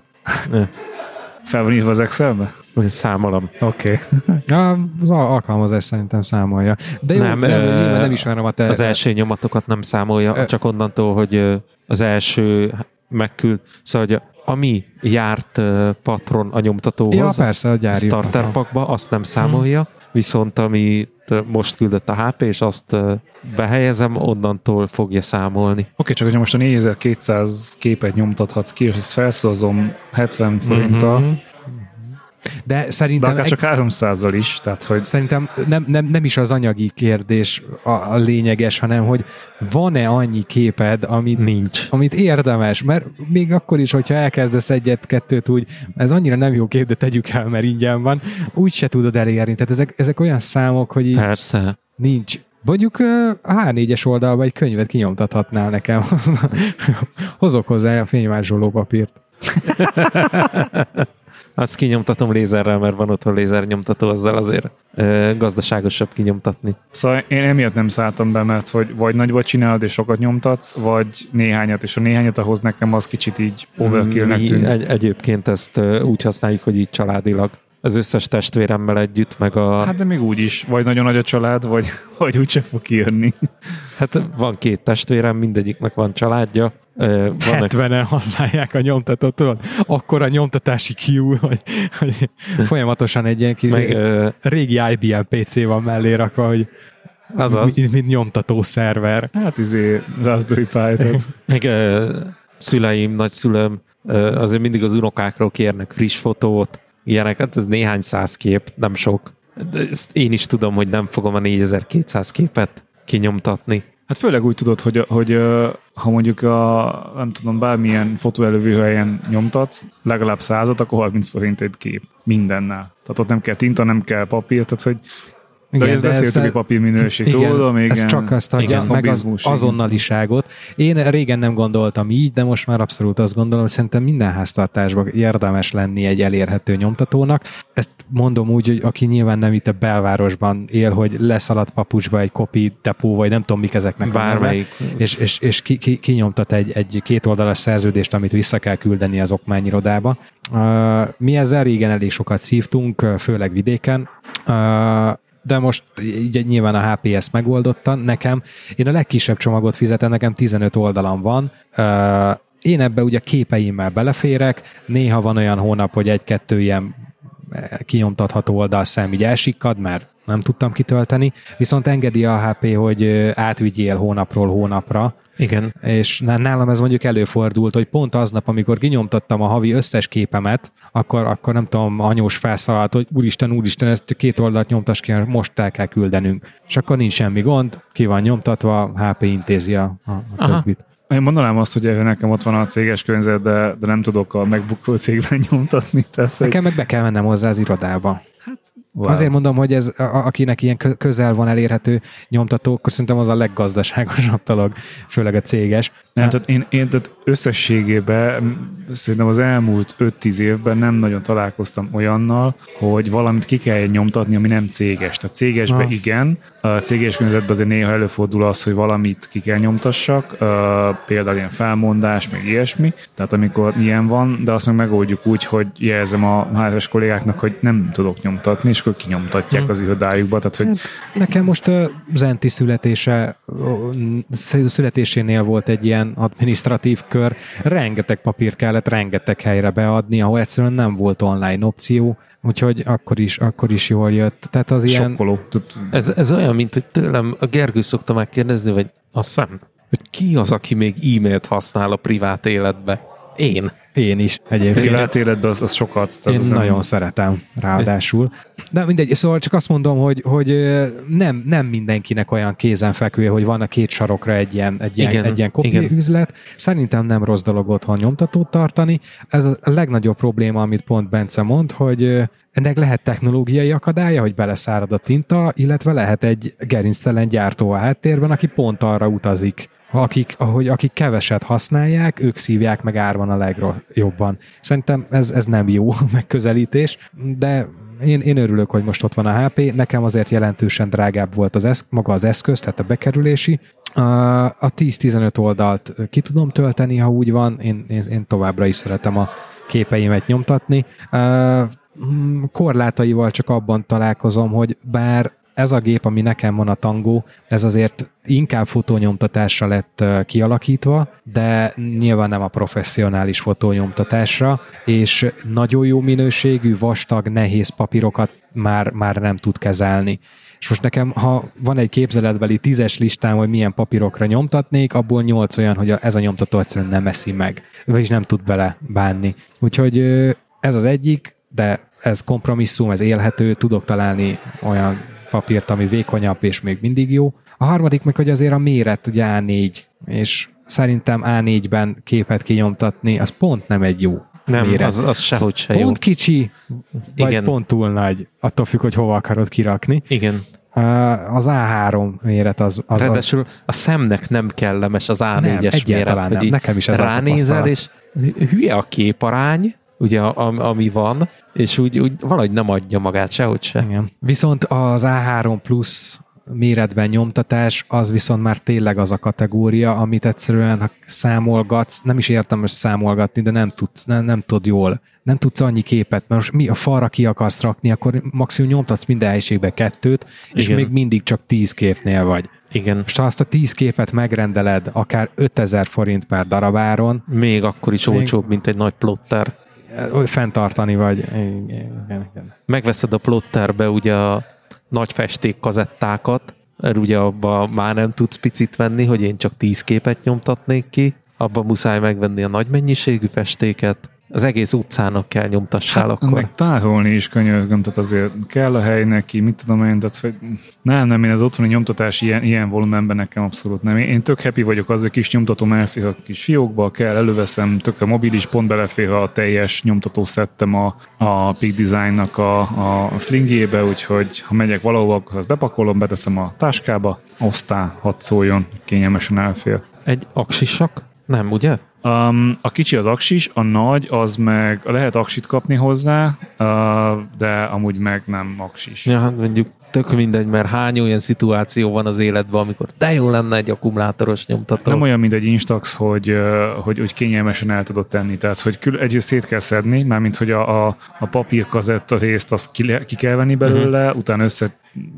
Fel van írva az Excelbe? Vagy számolom. Oké. Az alkalmazás szerintem számolja. De jó, nem ismerem a te... Az első nyomatokat nem számolja, csak onnantól, hogy az első megküld. Szóval, hogy ami járt patron a nyomtatóhoz, persze, a gyári starter packba, azt nem számolja, viszont amit most küldött a HP, és azt behelyezem, onnantól fogja számolni. Oké, csak hogyha most a 4200 képet nyomtathatsz ki, és ezt felszózom 70 forinttal, de szerintem... De akár csak 300-zal is, tehát hogy... Szerintem nem is az anyagi kérdés a lényeges, hanem hogy van-e annyi képed, amit nincs, amit érdemes, mert még akkor is, hogyha elkezdesz egyet-kettőt úgy, ez annyira nem jó kép, de tegyük el, mert ingyen van, úgy se tudod elérni. Tehát ezek olyan számok, hogy így persze. Nincs. Mondjuk a H4-es oldalba egy könyvet kinyomtathatnál nekem. Hozok hozzá a fénymásoló papírt. Azt kinyomtatom lézerrel, mert van otthon lézernyomtató, azzal azért gazdaságosabb kinyomtatni. Szóval én emiatt nem szálltam be, mert hogy vagy nagyot csinálod és sokat nyomtatsz, vagy néhányat, és a néhányat ahhoz nekem az kicsit így overkillnek tűnt. Egyébként ezt úgy használjuk, hogy így családilag. Az összes testvéremmel együtt, meg a... Hát de még úgy is. Vagy nagyon nagy a család, vagy úgyse fog kijönni. Hát van 2 testvérem, mindegyiknek van családja. 70-en használják a nyomtatót, tudod? Akkor a nyomtatási queue, hogy folyamatosan egy ilyen régi IBM PC van mellé rakva, hogy mint nyomtató szerver. Hát Raspberry Pi. Meg szüleim, nagyszülőm azért mindig az unokákról kérnek friss fotót, ilyeneket, ez néhány száz kép, nem sok. De ezt én is tudom, hogy nem fogom a 4200 képet kinyomtatni. Hát főleg úgy tudod, hogy ha mondjuk nem tudom, bármilyen fotóelővőhelyen nyomtatsz, legalább 100-at, akkor 30 forint egy kép. Mindennel. Tehát ott nem kell tinta, nem kell papír, tehát hogy de ezt beszéltük, hogy papírminőség, tudom, igen. Ez csak azt adja meg az azonnaliságot. Én régen nem gondoltam így, de most már abszolút azt gondolom, hogy szerintem minden háztartásban érdemes lenni egy elérhető nyomtatónak. Ezt mondom úgy, hogy aki nyilván nem itt a belvárosban él, hogy leszaladt papucsba egy copy depó, vagy nem tudom, mik ezeknek bármelyik. És kinyomtat egy 2 oldalas szerződést, amit vissza kell küldeni az okmányirodába. Mi ezzel régen elég sokat szívtunk, főleg vidéken. de most így nyilván a HP ezt megoldotta nekem. Én a legkisebb csomagot fizetem, nekem 15 oldalam van. Én ebbe ugye képeimmel beleférek, néha van olyan hónap, hogy egy-kettő ilyen kinyomtatható oldalszám így elsikkad, mert nem tudtam kitölteni, viszont engedi a HP, hogy átvigyél hónapról hónapra. Igen. És nálam ez mondjuk előfordult, hogy pont aznap, amikor kinyomtattam a havi összes képemet, akkor nem tudom, anyós felszalalt, hogy úristen, ezt 2 oldalt nyomtass ki, most el kell küldenünk. És akkor nincs semmi gond, ki van nyomtatva, HP intézi a többit. Én mondanám azt, hogy nekem ott van a céges környezet, de nem tudok a MacBook cégben nyomtatni. Tehát, nekem meg be kell mennem hozzá az irodába. Hát, wow. Azért mondom, hogy ez, akinek ilyen közel van elérhető nyomtató, akkor szerintem az a leggazdaságosabb dolog, főleg a céges. Nem, tehát én tehát összességében szerintem az elmúlt 5-10 évben nem nagyon találkoztam olyannal, hogy valamit ki kell nyomtatni, ami nem céges. Tehát cégesben igen, a céges környezetben azért néha előfordul az, hogy valamit ki kell nyomtassak, például ilyen felmondás, meg ilyesmi, tehát amikor ilyen van, de azt meg megoldjuk úgy, hogy jelzem a HR-es kollégáknak, hogy nem tudok nyomtatni, és akkor kinyomtatják az irodájukba. Tehát, hogy... Nekem most Zenti születésénél volt egy ilyen adminisztratív kör, rengeteg papír kellett rengeteg helyre beadni, ahol egyszerűen nem volt online opció, úgyhogy akkor is jól jött. Tehát az sokkoló. Ilyen... Ez olyan, mint hogy tőlem a Gergő szokta megkérdezni, vagy a szem, hogy ki az, aki még e-mailt használ a privát életbe? Én is egyébként. Privát életben az sokat. Én nagyon szeretem, ráadásul. De mindegy, szóval csak azt mondom, hogy nem mindenkinek olyan kézenfekvő, hogy van a 2 sarokra egy ilyen kopi üzlet. Szerintem nem rossz dolog otthon nyomtatót tartani. Ez a legnagyobb probléma, amit pont Bence mond, hogy ennek lehet technológiai akadálya, hogy beleszárad a tinta, illetve lehet egy gerinctelen gyártó a háttérben, aki pont arra utazik. Akik keveset használják, ők szívják meg árban a legjobban. Szerintem ez nem jó megközelítés, de én örülök, hogy most ott van a HP. Nekem azért jelentősen drágább volt maga az eszköz, tehát a bekerülési. A 10-15 oldalt ki tudom tölteni, ha úgy van. Én továbbra is szeretem a képeimet nyomtatni. Korlátaival csak abban találkozom, hogy bár ez a gép, ami nekem van, a Tango, ez azért inkább fotónyomtatásra lett kialakítva, de nyilván nem a professzionális fotónyomtatásra, és nagyon jó minőségű, vastag, nehéz papírokat már nem tud kezelni. És most nekem, ha van egy képzeletbeli 10-es listám, hogy milyen papírokra nyomtatnék, abból 8 olyan, hogy ez a nyomtató egyszerűen nem eszi meg, vagyis nem tud bele bánni. Úgyhogy ez az egyik, de ez kompromisszum, ez élhető, tudok találni olyan papírt, ami vékonyabb és még mindig jó. A harmadik meg, hogy azért a méret ugye A4, és szerintem A4-ben képet kinyomtatni, az pont nem egy jó méret. Az sehogy se jó. Pont kicsi, vagy igen, pont túl nagy. Attól függ, hogy hova akarod kirakni. Igen. Az A3 méret az... Ráadásul a szemnek nem kellemes az A4-es méret. Nem. Nekem is ez ránézel, és hülye a képarány, ugye, ami van, és úgy valahogy nem adja magát sehogy se. Igen. Viszont az A3 plusz méretben nyomtatás, az viszont már tényleg az a kategória, amit egyszerűen, ha számolgatsz, nem is értem számolgatni, de nem tudod jól. Nem tudsz annyi képet, mert most mi a falra ki akarsz rakni, akkor maximum nyomtatsz minden helyiségbe 2, és igen, még mindig csak 10 képnél vagy. Igen. És ha azt a 10 képet megrendeled akár 5000 forint per darabáron, még akkor is olcsóbb, mint egy nagy plotter. Fenntartani vagy. Igen. Megveszed a plotterbe ugye a nagy festékkazettákat, mert ugye abban már nem tudsz picit venni, hogy én csak 10 képet nyomtatnék ki, abban muszáj megvenni a nagy mennyiségű festéket, az egész utcának kell nyomtassál akkor. Meg tárolni is könyörgöm, tehát azért kell a hely neki, mit tudom én, tehát nem, én az otthoni nyomtatás ilyen volumenben nekem abszolút nem. Én tök happy vagyok az, hogy kis nyomtatom elfér a kis fiókba, kell, előveszem, tök a mobilis, pont belefér a teljes nyomtató szettem a Peak Design-nak a slingjébe, úgyhogy ha megyek valahova, akkor azt bepakolom, beteszem a táskába, aztán hadd szóljon, kényelmesen elfér. Egy aksisak? Nem, ugye? A kicsi az aksis, a nagy az meg lehet aksit kapni hozzá, de amúgy meg nem aksis. Ja, hát mondjuk tök mindegy, mert hány olyan szituáció van az életben, amikor de jó lenne egy akkumulátoros nyomtató. Nem olyan, mint egy Instax, hogy kényelmesen el tudod tenni. Tehát, hogy egyrészt szét kell szedni, mármint, hogy a papírkazetta részt azt ki kell venni belőle, utána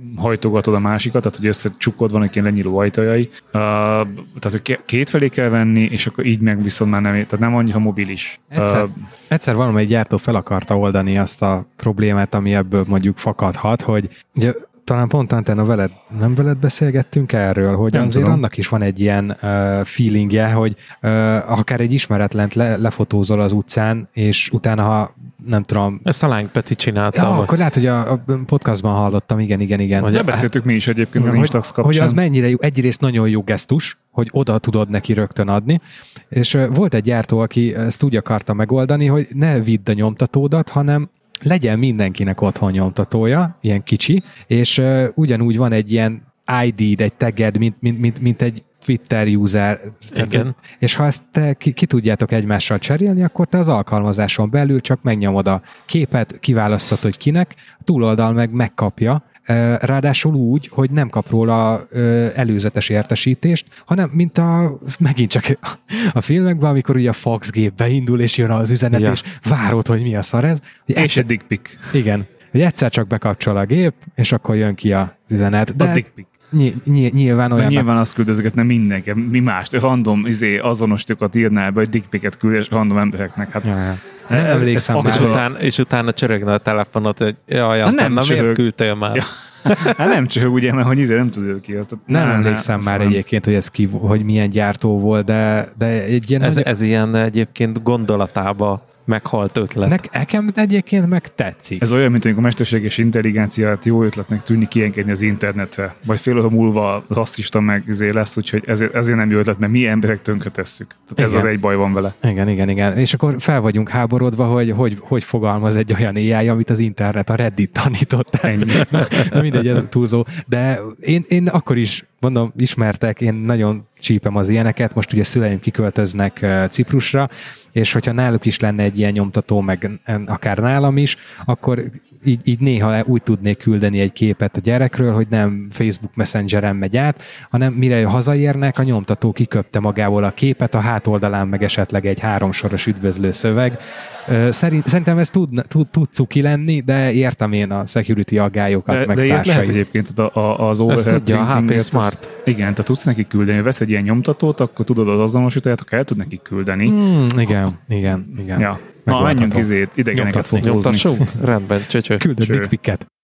hajtogatod a másikat, tehát hogy összecsukod, van egy ilyen lenyíló ajtajai. Tehát, hogy kétfelé kell venni, és akkor így meg viszont már nem, tehát nem annyira mobilis. Egyszer valamelyik gyártó fel akarta oldani azt a problémát, ami ebből mondjuk fakadhat, hogy ugye, talán pont Antenna nem veled beszélgettünk erről, hogy nem azért annak is van egy ilyen feelingje, hogy akár egy ismeretlent lefotózol az utcán, és utána, ha nem tudom... Ezt a Lány Peti csinálta. Ja, akkor lehet, hogy a podcastban hallottam, igen. Vagy beszéltük mi is egyébként az Instax kapcsán. Hogy az mennyire jó, egyrészt nagyon jó gesztus, hogy oda tudod neki rögtön adni, és volt egy gyártó, aki ezt úgy akarta megoldani, hogy ne vidd a nyomtatódat, hanem legyen mindenkinek otthon nyomtatója, ilyen kicsi, és ugyanúgy van egy ilyen ID-d, egy tagged, mint egy Twitter user. Igen. És ha ezt te ki tudjátok egymással cserélni, akkor te az alkalmazáson belül csak megnyomod a képet, kiválasztod, hogy kinek, a túloldal meg megkapja, ráadásul úgy, hogy nem kap róla előzetes értesítést, hanem mint megint csak a filmekben, amikor ugye a faxgépbe indul, és jön az üzenet, és várod, hogy mi a szar ez. És egy dick pic. Igen. Hogy egyszer csak bekapcsol a gép, és akkor jön ki az üzenet. De a dick pic. Nyilván olyan. Nyilván azt küldözöket, nem mindenki, mi mást, random azonosítókat írnál be, hogy dick picet küld, és random embereknek. Hát, nem emlékszem már. És utána csörögne a telefonot, hogy jaj, miért küldtél már? Ja. Hát nem csak ugye, mert hogy nem tudod ki azt. Nem emlékszem már egyébként, hogy ez hogy milyen gyártó volt, de egy ilyen... Ez ilyen egyébként gondolatába meghalt ötlet. Nekem egyébként meg tetszik. Ez olyan, mint amikor a mesterséges intelligenciát jó ötletnek tűnik kiengedni az internetre, vagy fél óra múlva rasszista meg lesz, úgyhogy ezért nem jó ötlet, mert mi emberek tönkre tesszük. Tehát ez az egy baj van vele. Igen. És akkor fel vagyunk háborodva, hogy fogalmaz egy olyan AI, amit az internet, a Reddit tanított. Ennyi. Na mindegy, ez túlzó. De én akkor is mondom, ismertek, én nagyon csípem az ilyeneket, most ugye szüleim kiköltöznek Ciprusra, és hogyha náluk is lenne egy ilyen nyomtató, meg akár nálam is, akkor így néha úgy tudnék küldeni egy képet a gyerekről, hogy nem Facebook Messengeren megy át, hanem mire hazaérnek, a nyomtató kiköpte magából a képet, a hátoldalán meg esetleg egy 3 soros üdvözlő szöveg. Szerintem ez tud cuki lenni, de értem én a security aggályokat, meg társai. De lehet egyébként az overhead tudja, a HP Smart. Igen, tehát tudsz neki küldeni, vesz egy ilyen nyomtatót, akkor tudod az azonosítóját, akkor el tud neki küldeni. Igen. Ja. Na, menjünk idegeneket fotózni. Rendben, csöcsök. Küldöd dick picet.